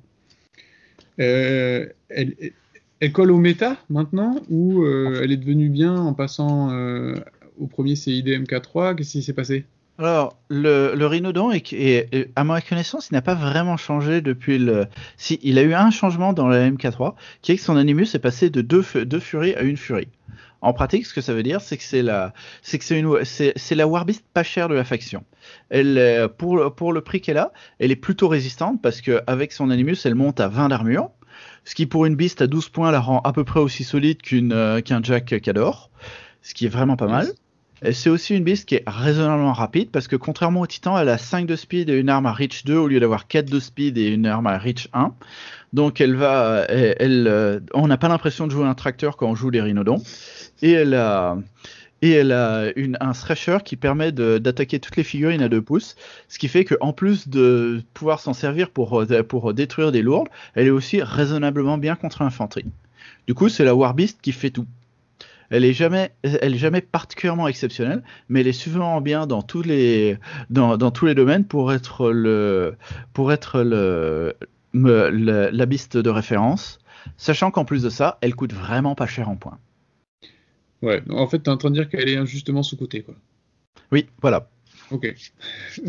Euh, elle, elle- elle colle au méta maintenant ou euh, elle est devenue bien en passant euh, au premier C I D M K trois? Qu'est-ce qui s'est passé? Alors, le, le Rhinodon, est, est- est- à ma connaissance, il n'a pas vraiment changé depuis le... Si, il a eu un changement dans la M K trois, qui est que son Animus est passé de deux, fu- deux furies à une furie. En pratique, ce que ça veut dire, c'est que c'est la, c'est que c'est une, c'est, c'est la Warbeast pas chère de la faction. Elle, est- pour, le- pour le prix qu'elle a, elle est plutôt résistante parce qu'avec son Animus, elle monte à vingt d'armure, ce qui pour une beast à douze points la rend à peu près aussi solide qu'une, euh, qu'un Jack Cador, ce qui est vraiment pas mal. Et c'est aussi une beast qui est raisonnablement rapide parce que contrairement au Titan, elle a cinq de speed et une arme à reach deux au lieu d'avoir quatre de speed et une arme à reach un. Donc elle va, elle, elle, euh, on n'a pas l'impression de jouer un tracteur quand on joue les Rhinodons. Et elle a, et elle a une, un Thresher qui permet de, d'attaquer toutes les figurines à deux pouces. Ce qui fait qu'en plus de pouvoir s'en servir pour, pour détruire des lourdes, elle est aussi raisonnablement bien contre l'infanterie. Du coup, c'est la Warbeast qui fait tout. Elle est jamais, elle est jamais particulièrement exceptionnelle, mais elle est suffisamment bien dans tous les, dans, dans tous les domaines pour être le, pour être le, me- le- la beast de référence. Sachant qu'en plus de ça, elle coûte vraiment pas cher en points. Ouais, en fait, t'es en train de dire qu'elle est injustement sous-cotée, quoi. Oui, voilà. Ok.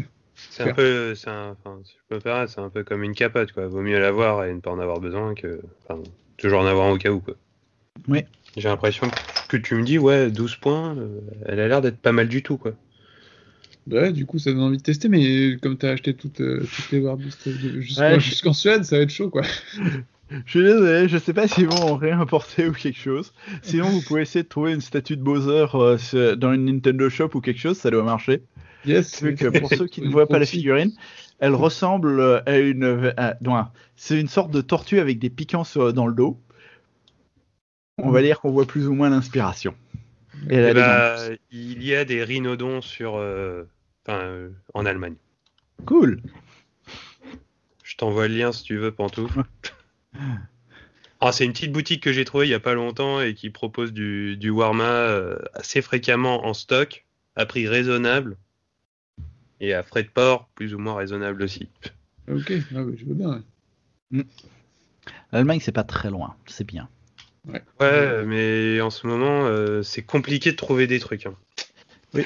C'est un peu, c'est un, enfin, si je peux me permettre, c'est un peu comme une capote, quoi. Vaut mieux l'avoir et ne pas en avoir besoin que, enfin, toujours en avoir un au cas où, quoi. Oui. J'ai l'impression que tu me dis, ouais, douze points, euh, elle a l'air d'être pas mal du tout, quoi. Ouais, du coup, ça donne envie de tester, mais comme t'as acheté toutes, euh, toutes les Warbeasts de- jusqu'en, Ouais, je- jusqu'en Suède, ça va être chaud, quoi. Je suis désolé, je sais pas s'ils vont en réimporter ou quelque chose. Sinon, vous pouvez essayer de trouver une statue de Bowser euh, sur- dans une Nintendo Shop ou quelque chose, ça doit marcher. Yes, Vu que pour ceux qui ne du voient pas la proxy. figurine, elle ressemble euh, à une. à- non, c'est une sorte de tortue avec des piquants sur- dans le dos. On va dire qu'on voit plus ou moins l'inspiration. Et elle Eh a des gants. bah, il y a des rhinodons sur, euh, enfin, euh, en Allemagne. Cool. Je t'envoie le lien si tu veux, Pantoufle. Ah, c'est une petite boutique que j'ai trouvée il y a pas longtemps et qui propose du, du Warma euh, assez fréquemment en stock, à prix raisonnable et à frais de port plus ou moins raisonnable aussi. Ok, ah, bah, je veux bien. Ouais. L'Allemagne, c'est pas très loin, c'est bien. Ouais, Ouais, mais en ce moment, euh, c'est compliqué de trouver des trucs. Hein. Oui.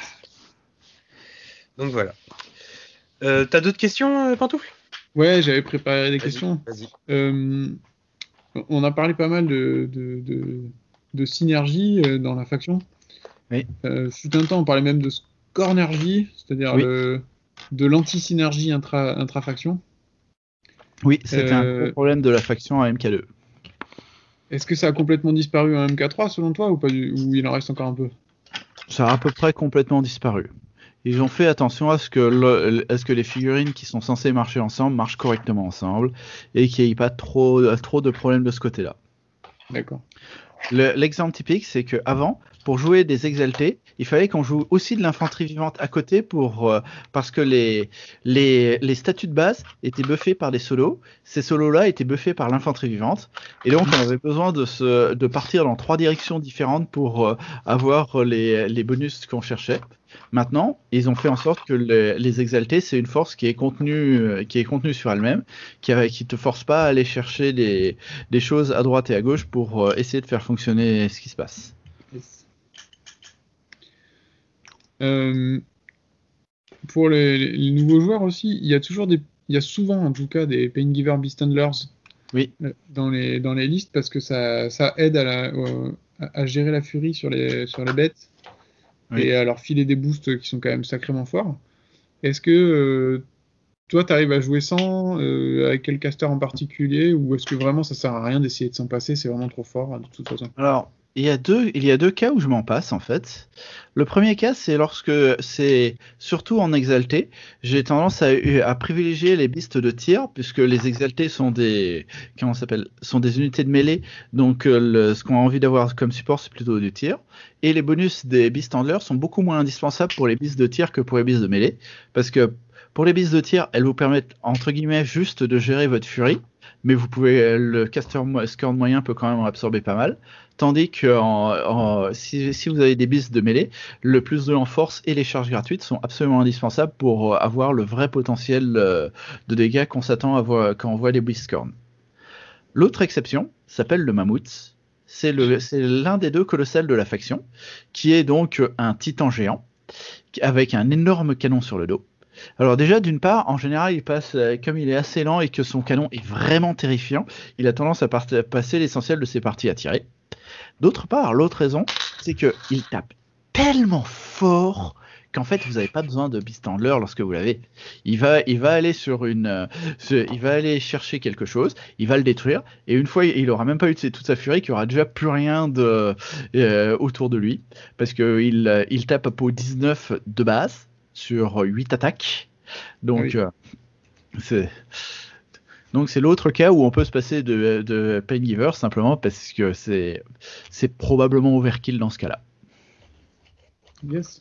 Donc voilà. Euh, T'as d'autres questions, euh, Pantoufle? Ouais, j'avais préparé des Vas-y, questions. vas-y. Euh, on a parlé pas mal de, de, de, de synergie euh, dans la faction. Oui. Euh, fut un temps, on parlait même de scornergie, c'est-à-dire Oui. le, de l'anti-synergie intra, intra-faction. Oui, c'était un gros Euh, problème de la faction à M K deux. Est-ce que ça a complètement disparu en M K trois selon toi ou, pas du, ou il en reste encore un peu? Ça a à peu près complètement disparu. Ils ont fait attention à ce que, le, à ce que les figurines qui sont censées marcher ensemble marchent correctement ensemble et qu'il n'y ait pas trop, trop de problèmes de ce côté-là. D'accord. Le- L'exemple typique, c'est qu'avant, pour jouer des exaltés, il fallait qu'on joue aussi de l'infanterie vivante à côté pour, euh, parce que les, les, les statuts de base étaient buffés par des solos. Ces solos-là étaient buffés par l'infanterie vivante. Et donc, on avait besoin de, se, de partir dans trois directions différentes pour euh, avoir les, les bonus qu'on cherchait. Maintenant, ils ont fait en sorte que les, les exaltés, c'est une force qui est contenue, euh, qui est contenue sur elle-même, qui ne te force pas à aller chercher des, des choses à droite et à gauche pour euh, essayer de faire fonctionner ce qui se passe. Yes. Euh, pour les, les nouveaux joueurs aussi, il y a toujours des, il y a souvent en tout cas des Paingiver Beast Handlers Oui. euh, dans les, dans les listes parce que ça, ça aide à, la, euh, à, à gérer la furie sur les, sur les bêtes Oui. et à leur filer des boosts qui sont quand même sacrément forts. Est-ce que euh, toi, tu arrives à jouer sans, euh, avec quel caster en particulier, ou est-ce que vraiment ça sert à rien d'essayer de s'en passer, c'est vraiment trop fort de toute façon? Alors, il y a deux, il y a deux cas où je m'en passe en fait. Le premier cas, c'est lorsque c'est surtout en exalté, j'ai tendance à, à privilégier les beasts de tir, puisque les exaltés sont des, comment ça s'appelle, sont des unités de mêlée, donc euh, le- ce qu'on a envie d'avoir comme support, c'est plutôt du tir. Et les bonus des beast handlers sont beaucoup moins indispensables pour les beasts de tir que pour les beasts de mêlée, parce que pour les beasts de tir, elles vous permettent entre guillemets juste de gérer votre furie, mais vous pouvez, le caster mo- scorn moyen peut quand même en absorber pas mal. Tandis que en, en, si, si vous avez des beasts de mêlée, le plus deux en force et les charges gratuites sont absolument indispensables pour avoir le vrai potentiel euh, de dégâts qu'on s'attend à voir quand on voit les Beastcorn. L'autre exception s'appelle le Mammouth. C'est le- c'est l'un des deux colossales de la faction, qui est donc un titan géant, avec un énorme canon sur le dos. Alors déjà, d'une part, en général, il passe, euh, comme il est assez lent et que son canon est vraiment terrifiant, il a tendance à part- passer l'essentiel de ses parties à tirer. D'autre part, l'autre raison, c'est qu'il tape tellement fort qu'en fait, vous n'avez pas besoin de Beast Handler lorsque vous l'avez. Il va, il va aller sur une, euh, ce- il va aller chercher quelque chose, il va le détruire, et une fois, il aura même pas eu toute sa furie, qu'il n'y aura déjà plus rien de, euh, autour de lui, parce que il, euh, il tape pour dix-neuf de base sur huit attaques. Donc, Oui. euh, c'est donc c'est l'autre cas où on peut se passer de, de Paingiver simplement parce que c'est c'est probablement overkill dans ce cas-là. Yes.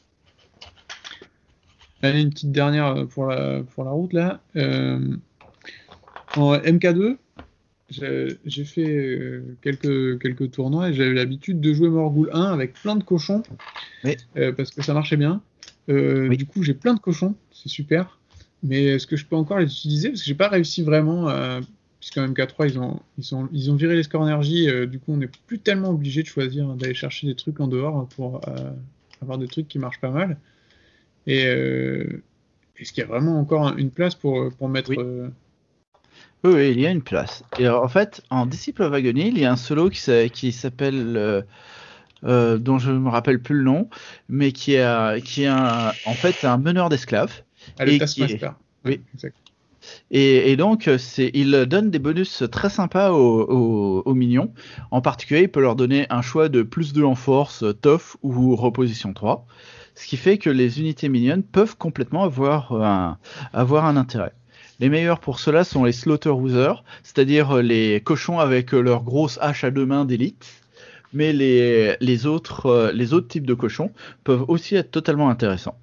Allez, une petite dernière pour la, pour la route là. Euh, en M K deux, j'ai j'ai fait euh, quelques, quelques tournois et j'avais l'habitude de jouer Morghoul un avec plein de cochons Oui. euh, parce que ça marchait bien. Euh, Oui. Du coup, j'ai plein de cochons, c'est super. Mais est-ce que je peux encore les utiliser? Parce que j'ai pas réussi vraiment, à... puisqu'en M K trois, ils ont, ils ont, ils ont viré les scornergies, euh, du coup, on n'est plus tellement obligé de choisir, hein, d'aller chercher des trucs en dehors pour euh, avoir des trucs qui marchent pas mal. Et, euh, Est-ce qu'il y a vraiment encore une place pour, pour mettre... Oui. Euh... Oui, oui, il y a une place. Et en fait, en Disciple of Agony, il y a un solo qui, s'a- qui s'appelle, euh, euh, dont je ne me rappelle plus le nom, mais qui est, qui est un, en fait un meneur d'esclaves. Ah, le Et qui est, Taskmaster. oui. Ouais, exact. Et, et donc, c'est, il donne des bonus très sympas aux, aux, aux minions. En particulier, il peut leur donner un choix de plus deux en force, tough ou reposition trois. Ce qui fait que les unités mignonnes peuvent complètement avoir un, avoir un intérêt. Les meilleurs pour cela sont les Slaughterhousers, c'est-à-dire les cochons avec leur grosse hache à deux mains d'élite. Mais les, les, autres, les autres types de cochons peuvent aussi être totalement intéressants.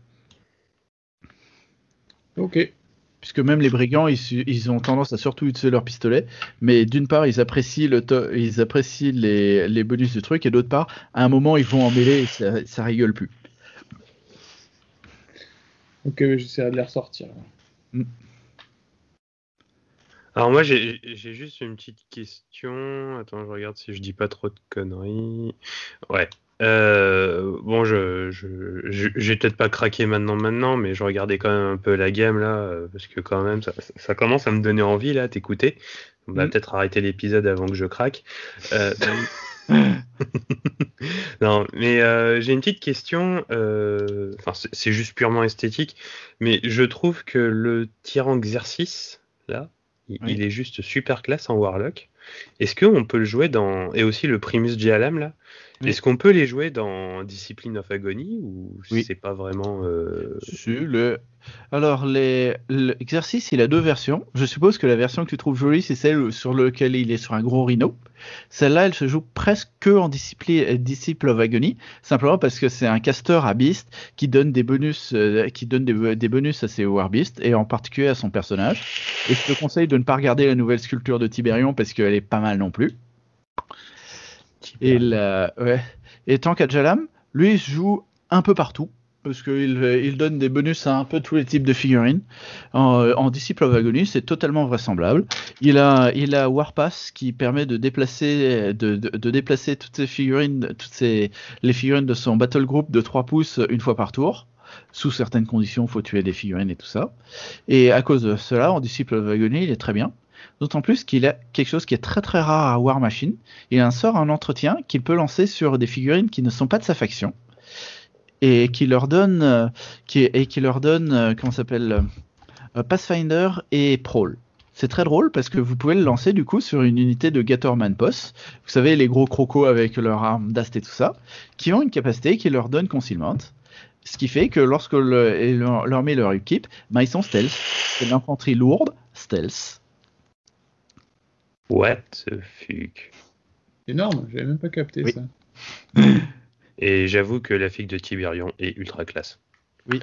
Ok. Puisque même les brigands, ils, ils ont tendance à surtout utiliser leur pistolet, mais d'une part, ils apprécient, le to- ils apprécient les, les bonus du truc, et d'autre part, à un moment, ils vont en mêlée et ça, ça rigole plus. Ok, j'essaierai de les ressortir. Mm. Alors moi, j'ai, j'ai juste une petite question. Attends, je regarde si je dis pas trop de conneries. Ouais. Euh, bon, je, je, je, j'ai peut-être pas craqué maintenant, maintenant, mais je regardais quand même un peu la game là, euh, parce que quand même, ça, ça commence à me donner envie là, t'écouter. On va Mm. peut-être arrêter l'épisode avant que je craque. Euh, non, mais euh, j'ai une petite question. euh, Enfin, c'est, c'est juste purement esthétique, mais je trouve que le tyran exercice là. Il, Oui. il est juste super classe en Warlock. Est-ce qu'on peut le jouer dans... Et aussi le Primus Dialam, là. Oui. Est-ce qu'on peut les jouer dans Discipline of Agony ou Oui. c'est pas vraiment... Euh... Si, le... Alors, les... l'exercice, il a deux versions. Je suppose que la version que tu trouves jolie, c'est celle sur laquelle il est sur un gros rhino. Celle-là, elle se joue presque que en Discipline... Disciple of Agony, simplement parce que c'est un caster à Beast qui donne des bonus, euh, qui donne des, des bonus à ses War Beasts, et en particulier à son personnage. Et je te conseille de ne pas regarder la nouvelle sculpture de Tiberion, parce qu'elle est pas mal non plus. Et, la... ouais. Et tant qu'à Jalam, lui, il se joue un peu partout. Parce qu'il il donne des bonus à un peu tous les types de figurines. En, en Disciple of Agony, c'est totalement vraisemblable. Il a, il a Warpass qui permet de déplacer, de, de, de déplacer toutes ces figurines, toutes ces, les figurines de son Battle Group de trois pouces une fois par tour. Sous certaines conditions, il faut tuer des figurines et tout ça. Et à cause de cela, en Disciple of Agony, il est très bien. D'autant plus qu'il a quelque chose qui est très très rare à War Machine. Il a un sort en entretien qu'il peut lancer sur des figurines qui ne sont pas de sa faction. Et qui leur donne, euh, qui, et qui leur donne, euh, comment ça s'appelle, euh, Pathfinder et Prowl. C'est très drôle parce que vous pouvez le lancer du coup sur une unité de Gatterman Post. Vous savez, les gros crocos avec leurs armes d'ast et tout ça, qui ont une capacité qui leur donne Concealment. Ce qui fait que lorsque le, leur, leur met leur upkeep, ben ils sont stealth. C'est l'infanterie lourde, stealth. What the fuck. Énorme, j'avais même pas capté oui. ça. Et j'avoue que la figue de Tiberion est ultra classe. Oui.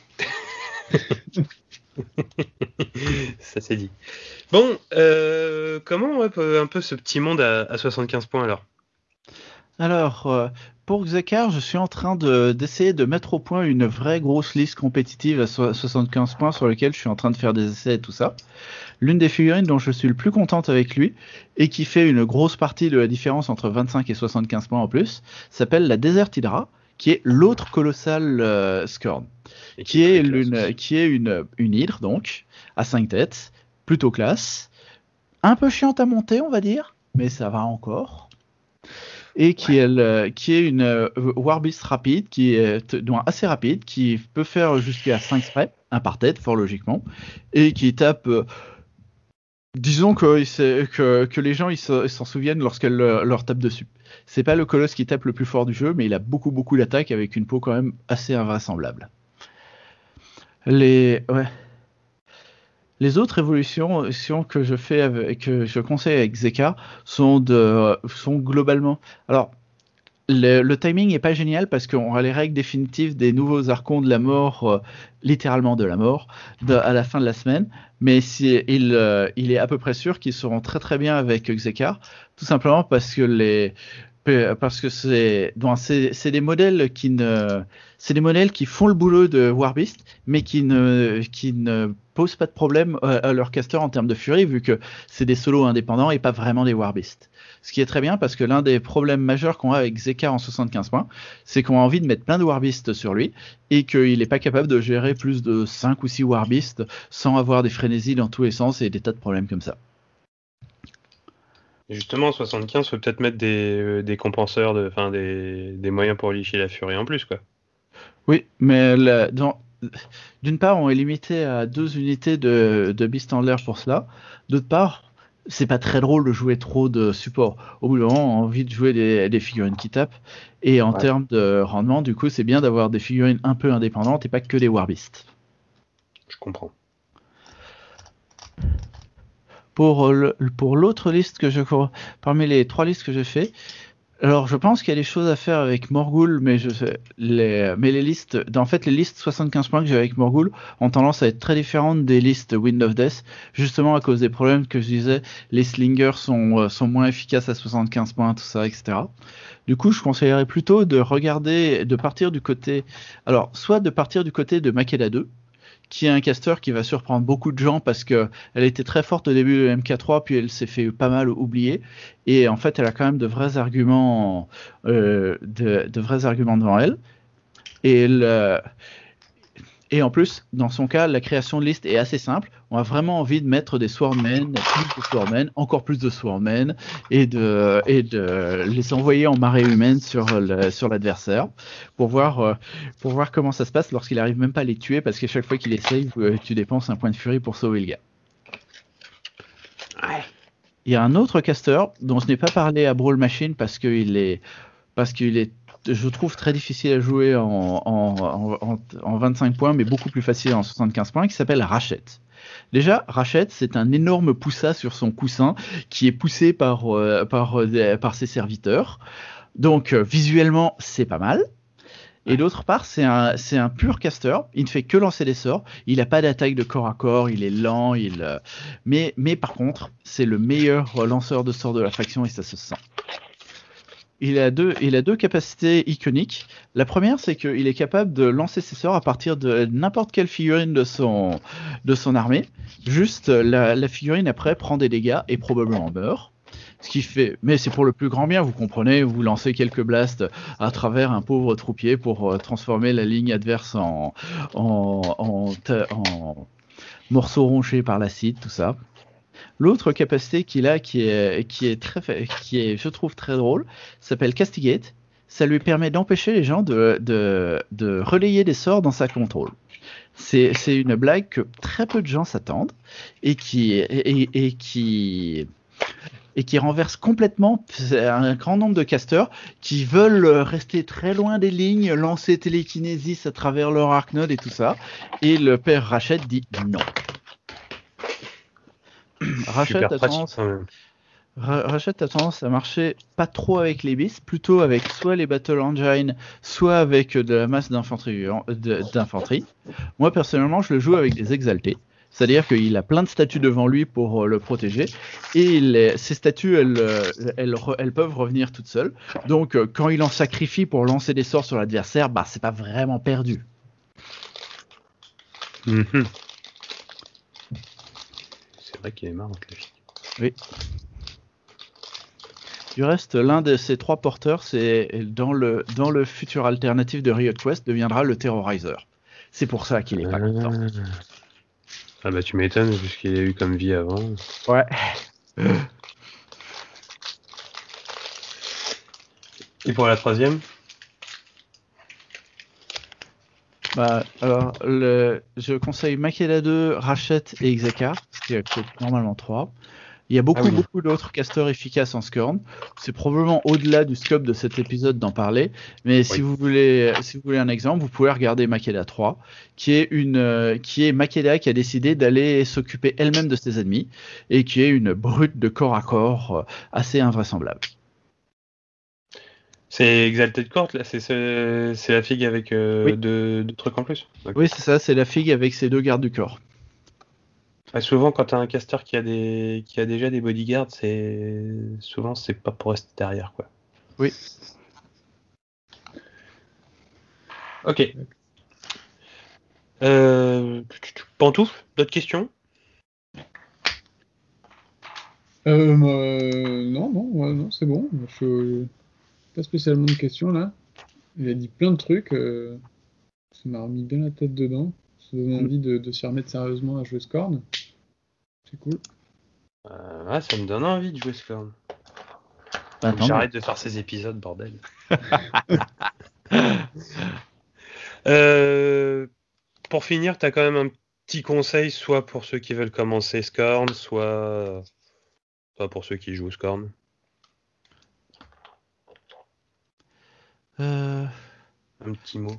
Ça c'est dit. Bon, euh, comment on va un peu ce petit monde à, à soixante-quinze points alors ? Alors, euh, pour Xekar, je suis en train de, d'essayer de mettre au point une vraie grosse liste compétitive à so- soixante-quinze points sur laquelle je suis en train de faire des essais et tout ça. L'une des figurines dont je suis le plus contente avec lui, et qui fait une grosse partie de la différence entre vingt-cinq et soixante-quinze points en plus, s'appelle la Desert Hydra, qui est l'autre colossal euh, Scorn, qui, qui est, une, qui est une, une hydre, donc, à cinq têtes, plutôt classe, un peu chiante à monter, on va dire, mais ça va encore. Et qui, ouais. est, qui est une euh, Warbeast rapide, qui est donc assez rapide, qui peut faire jusqu'à cinq sprays, un par tête, fort logiquement, et qui tape... Euh, disons que, que, que les gens ils se, ils s'en souviennent lorsqu'elle leur tape dessus. C'est pas le colosse qui tape le plus fort du jeu, mais il a beaucoup beaucoup d'attaques avec une peau quand même assez invraisemblable. Les... Ouais. Les autres évolutions que je fais avec, que je conseille avec Zeka sont, de, sont globalement... Alors, le, le timing n'est pas génial parce qu'on a les règles définitives des nouveaux archons de la mort, euh, littéralement de la mort, de, à la fin de la semaine. Mais si, il, euh, il est à peu près sûr qu'ils seront très très bien avec Xekar, tout simplement parce que les... Parce que c'est, donc c'est, c'est des modèles qui ne, c'est des modèles qui font le boulot de Warbeast, mais qui ne, qui ne posent pas de problème à, à leur caster en termes de furie, vu que c'est des solos indépendants et pas vraiment des Warbeast. Ce qui est très bien parce que l'un des problèmes majeurs qu'on a avec Zekar en soixante-quinze points, c'est qu'on a envie de mettre plein de Warbeasts sur lui et qu'il n'est pas capable de gérer plus de cinq ou six Warbeasts sans avoir des frénésies dans tous les sens et des tas de problèmes comme ça. Et justement, en soixante-quinze, faut peut-être mettre des, euh, des compenseurs, de, enfin des, des moyens pour licher la furie en plus, quoi. Oui, mais la- dans- d'une part, on est limité à deux unités de, de Beast Handler pour cela. D'autre part, c'est pas très drôle de jouer trop de support. Au bout d'un moment, on a envie de jouer des, des figurines qui tapent. Et en Ouais. termes de rendement, du coup, c'est bien d'avoir des figurines un peu indépendantes et pas que des Warbeasts. Je comprends. Pour, le- pour l'autre liste que je parmi les trois listes que j'ai fait, alors je pense qu'il y a des choses à faire avec Morgul, mais je sais, les, mais les listes, en fait les listes soixante-quinze points que j'ai avec Morgul ont tendance à être très différentes des listes Wind of Death, justement à cause des problèmes que je disais, les slingers sont, euh, sont moins efficaces à soixante-quinze points, tout ça, et cetera. Du coup, je conseillerais plutôt de regarder, de partir du côté, alors soit de partir du côté de Makeda deux, qui est un caster qui va surprendre beaucoup de gens parce que elle était très forte au début de M K trois, puis elle s'est fait pas mal oublier. Et en fait, elle a quand même de vrais arguments, euh, de, de vrais arguments devant elle. Et, le, et en plus, dans son cas, la création de liste est assez simple. On a vraiment envie de mettre des Swordmen, plus de Swordmen, encore plus de Swordmen, et de, et de les envoyer en marée humaine sur, le, sur l'adversaire pour voir, euh, pour voir comment ça se passe lorsqu'il arrive même pas à les tuer, parce qu'à chaque fois qu'il essaye, euh, tu dépenses un point de furie pour sauver le gars. Ouais. Il y a un autre caster dont je n'ai pas parlé à Brawl Machine parce qu'il est, parce qu'il est, je trouve, très difficile à jouer en, en, en, en vingt-cinq points, mais beaucoup plus facile en soixante-quinze points, qui s'appelle Ratchet. Déjà, Ratchet, c'est un énorme poussa sur son coussin qui est poussé par, euh, par, euh, par ses serviteurs. Donc, euh, visuellement, c'est pas mal. Et d'autre part, c'est un, c'est un pur caster. Il ne fait que lancer des sorts. Il n'a pas d'attaque de corps à corps. Il est lent. Il, euh... mais, mais par contre, c'est le meilleur lanceur de sorts de la faction et ça se sent. Il a deux, il a deux capacités iconiques. La première, c'est qu'il est capable de lancer ses sorts à partir de n'importe quelle figurine de son, de son armée. Juste, la, la figurine après prend des dégâts et probablement meurt. Ce qui fait, mais c'est pour le plus grand bien, vous comprenez, vous lancez quelques blasts à travers un pauvre troupier pour euh, transformer la ligne adverse en, en, en, en morceaux ronchés par l'acide, tout ça. L'autre capacité qu'il a, qui est, qui est très, qui est, je trouve très drôle, s'appelle Castigate. Ça lui permet d'empêcher les gens de, de, de relayer des sorts dans sa contrôle. C'est, c'est une blague que très peu de gens s'attendent et qui, et, et, et qui, et qui renverse complètement un grand nombre de casters qui veulent rester très loin des lignes, lancer télékinésis à travers leur Arknode et tout ça. Et le père Ratchet dit non. Ratchet a, tendance, Ratchet a tendance à marcher pas trop avec les beasts, plutôt avec soit les Battle Engine, soit avec de la masse d'infanterie. d'infanterie. Moi personnellement, je le joue avec des exaltés. C'est-à-dire qu'il a plein de statues devant lui pour le protéger, et les, ces statues, elles, elles, elles peuvent revenir toutes seules. Donc, quand il en sacrifie pour lancer des sorts sur l'adversaire, bah, c'est pas vraiment perdu. Mm-hmm. C'est vrai qu'il est marrant, la fille. Oui. Du reste, l'un de ces trois porteurs, c'est dans le, dans le futur alternatif de Riot Quest, deviendra le Terrorizer. C'est pour ça qu'il est pas content. Ah bah tu m'étonnes, vu ce qu'il a eu comme vie avant. Ouais. Et pour la troisième? Bah, alors, le, je conseille Makeda deux, Ratchet et Exekar, ce qui est normalement trois. Il y a beaucoup, ah oui. beaucoup d'autres casters efficaces en Scorn. C'est probablement au-delà du scope de cet épisode d'en parler. Mais oui. si vous voulez, si vous voulez un exemple, vous pouvez regarder Makeda trois, qui est une, euh, qui est Makeda qui a décidé d'aller s'occuper elle-même de ses ennemis et qui est une brute de corps à corps euh, assez invraisemblable. C'est Exalted Court, là, c'est, c'est, c'est la figue avec euh, oui. deux, deux trucs en plus. Okay. Oui, c'est ça, c'est la figue avec ses deux gardes du corps. Ah, souvent, quand t'as un caster qui a des, qui a déjà des bodyguards, c'est souvent c'est pas pour rester derrière, quoi. Oui. Ok. Euh... Pantouf, d'autres questions? Euh, euh, non, non, ouais, non, c'est bon. Je pas spécialement de questions là. Il a dit plein de trucs. Euh... Ça m'a remis bien la tête dedans. Ça donne envie de, de s'y remettre sérieusement à jouer Scorn. C'est cool. Euh, ouais, ça me donne envie de jouer Scorn. Bah, Faut que attends, j'arrête de faire ces épisodes, bordel. euh, pour finir, t'as quand même un petit conseil, soit pour ceux qui veulent commencer Scorn, soit, soit pour ceux qui jouent Scorn. Euh, Un petit mot.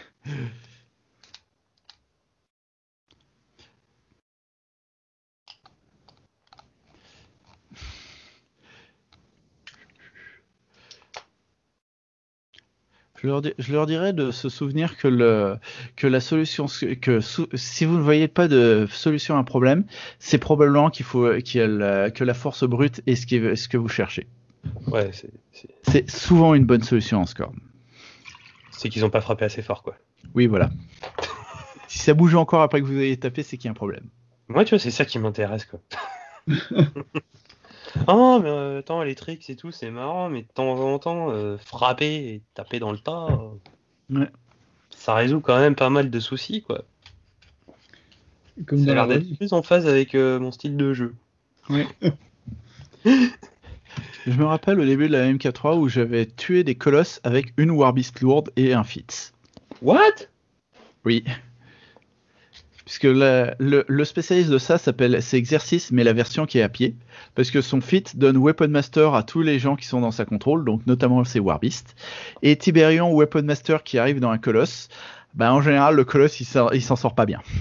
Je leur, di- je leur dirais de se souvenir que, le, que la solution, que sou- si vous ne voyez pas de solution à un problème, c'est probablement qu'il faut qu'il y a la- que la force brute est ce, qui est ce que vous cherchez. Ouais, c'est, c'est... C'est souvent une bonne solution en Scorn. c'est qu'ils ont pas frappé assez fort, quoi. Oui, voilà. Si ça bouge encore après que vous ayez tapé, c'est qu'il y a un problème. Moi, tu vois, c'est ça qui m'intéresse, quoi. Ah, mais euh, attends, les tricks et tout, c'est marrant, mais de temps en temps, euh, frapper et taper dans le tas, euh, Ouais. ça résout quand même pas mal de soucis, quoi. Comme Ça dans a la l'air d'être revue. plus en phase avec euh, mon style de jeu. Ouais. Je me rappelle au début de la M K trois où j'avais tué des colosses avec une Warbeast lourde et un Fitz. What? Oui. Puisque la- le, le spécialiste de ça s'appelle, c'est Exercice, mais la version qui est à pied. Parce que son fit donne Weapon Master à tous les gens qui sont dans sa contrôle, donc notamment ses Warbeasts. Et Tiberion Weapon Master qui arrive dans un colosse, bah en général le colosse il, sort- il s'en sort pas bien.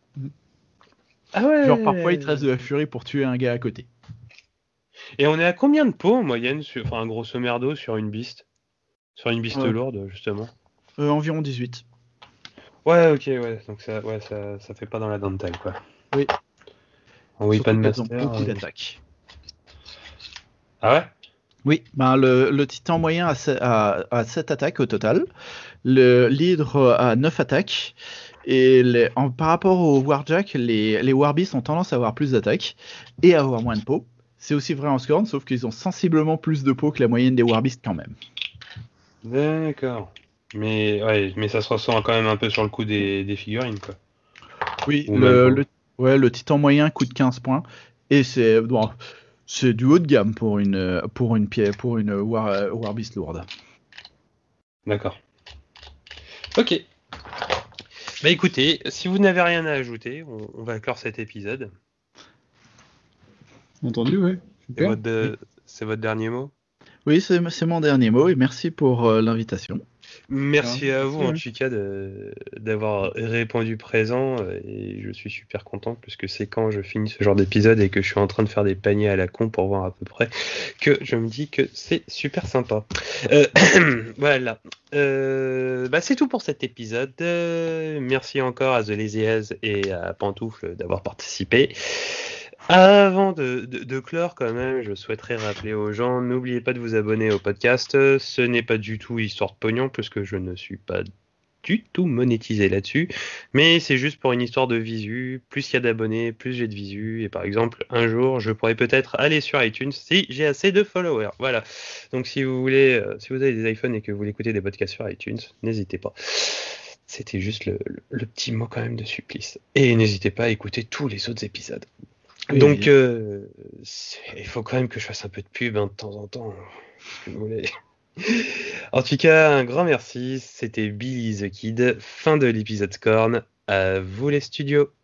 Ah ouais. Genre parfois il te reste de la furie pour tuer un gars à côté. Et on est à combien de pots en moyenne, sur... enfin grosso merdo, sur une beast? Sur une beast Ouais. lourde, justement. Euh, environ dix-huit. Ouais, ok, ouais, donc ça, ouais, ça, ça fait pas dans la dentelle, quoi. Oui. En Weapon Surtout qu'elles ont Master. beaucoup euh, d'attaques. Ah ouais? Oui, ben le, le titan moyen a, se- a, a sept attaques au total, le l'hydre a neuf attaques, et les- en- par rapport au Warjack, les, les Warbeasts ont tendance à avoir plus d'attaques et à avoir moins de peau. C'est aussi vrai en Scorn, sauf qu'ils ont sensiblement plus de peau que la moyenne des Warbeasts quand même. D'accord. Mais ouais, mais ça se ressent quand même un peu sur le coup des, des figurines, quoi. Oui, Ou le, même pas. le, ouais, le titan moyen coûte quinze points, et c'est bon, c'est du haut de gamme pour une, pour une, pièce, pour une War, Warbeast lourde. D'accord. Ok. Bah écoutez, si vous n'avez rien à ajouter, on, on va clore cet épisode. Entendu, ouais. C'est Super. votre, de- c'est votre dernier mot? Oui, c'est c'est mon dernier mot, et merci pour euh, l'invitation. Merci Ah, à merci, vous en ouais. tout cas de- d'avoir répondu présent euh, et je suis super content puisque c'est quand je finis ce genre d'épisode et que je suis en train de faire des paniers à la con pour voir à peu près que je me dis que c'est super sympa. Euh, voilà. Euh, bah c'est tout pour cet épisode. Euh, merci encore à The Lazy As et à Pantoufle d'avoir participé. Avant de, de, de clore quand même, je souhaiterais rappeler aux gens, n'oubliez pas de vous abonner au podcast. Ce n'est pas du tout histoire de pognon, puisque je ne suis pas du tout monétisé là-dessus. Mais c'est juste pour une histoire de visu. Plus il y a d'abonnés, plus j'ai de visu. Et par exemple, un jour, je pourrais peut-être aller sur iTunes si j'ai assez de followers. Voilà. Donc si vous voulez, euh, si vous avez des iPhones et que vous voulez écouter des podcasts sur iTunes, n'hésitez pas. C'était juste le, le, le petit mot quand même de supplice. Et n'hésitez pas à écouter tous les autres épisodes. Oui, Donc, évidemment. euh, c'est- il faut quand même que je fasse un peu de pub hein, de temps en temps. Si vous voulez. En tout cas, un grand merci. C'était Billy the Kid. Fin de l'épisode Scorn. À vous les studios.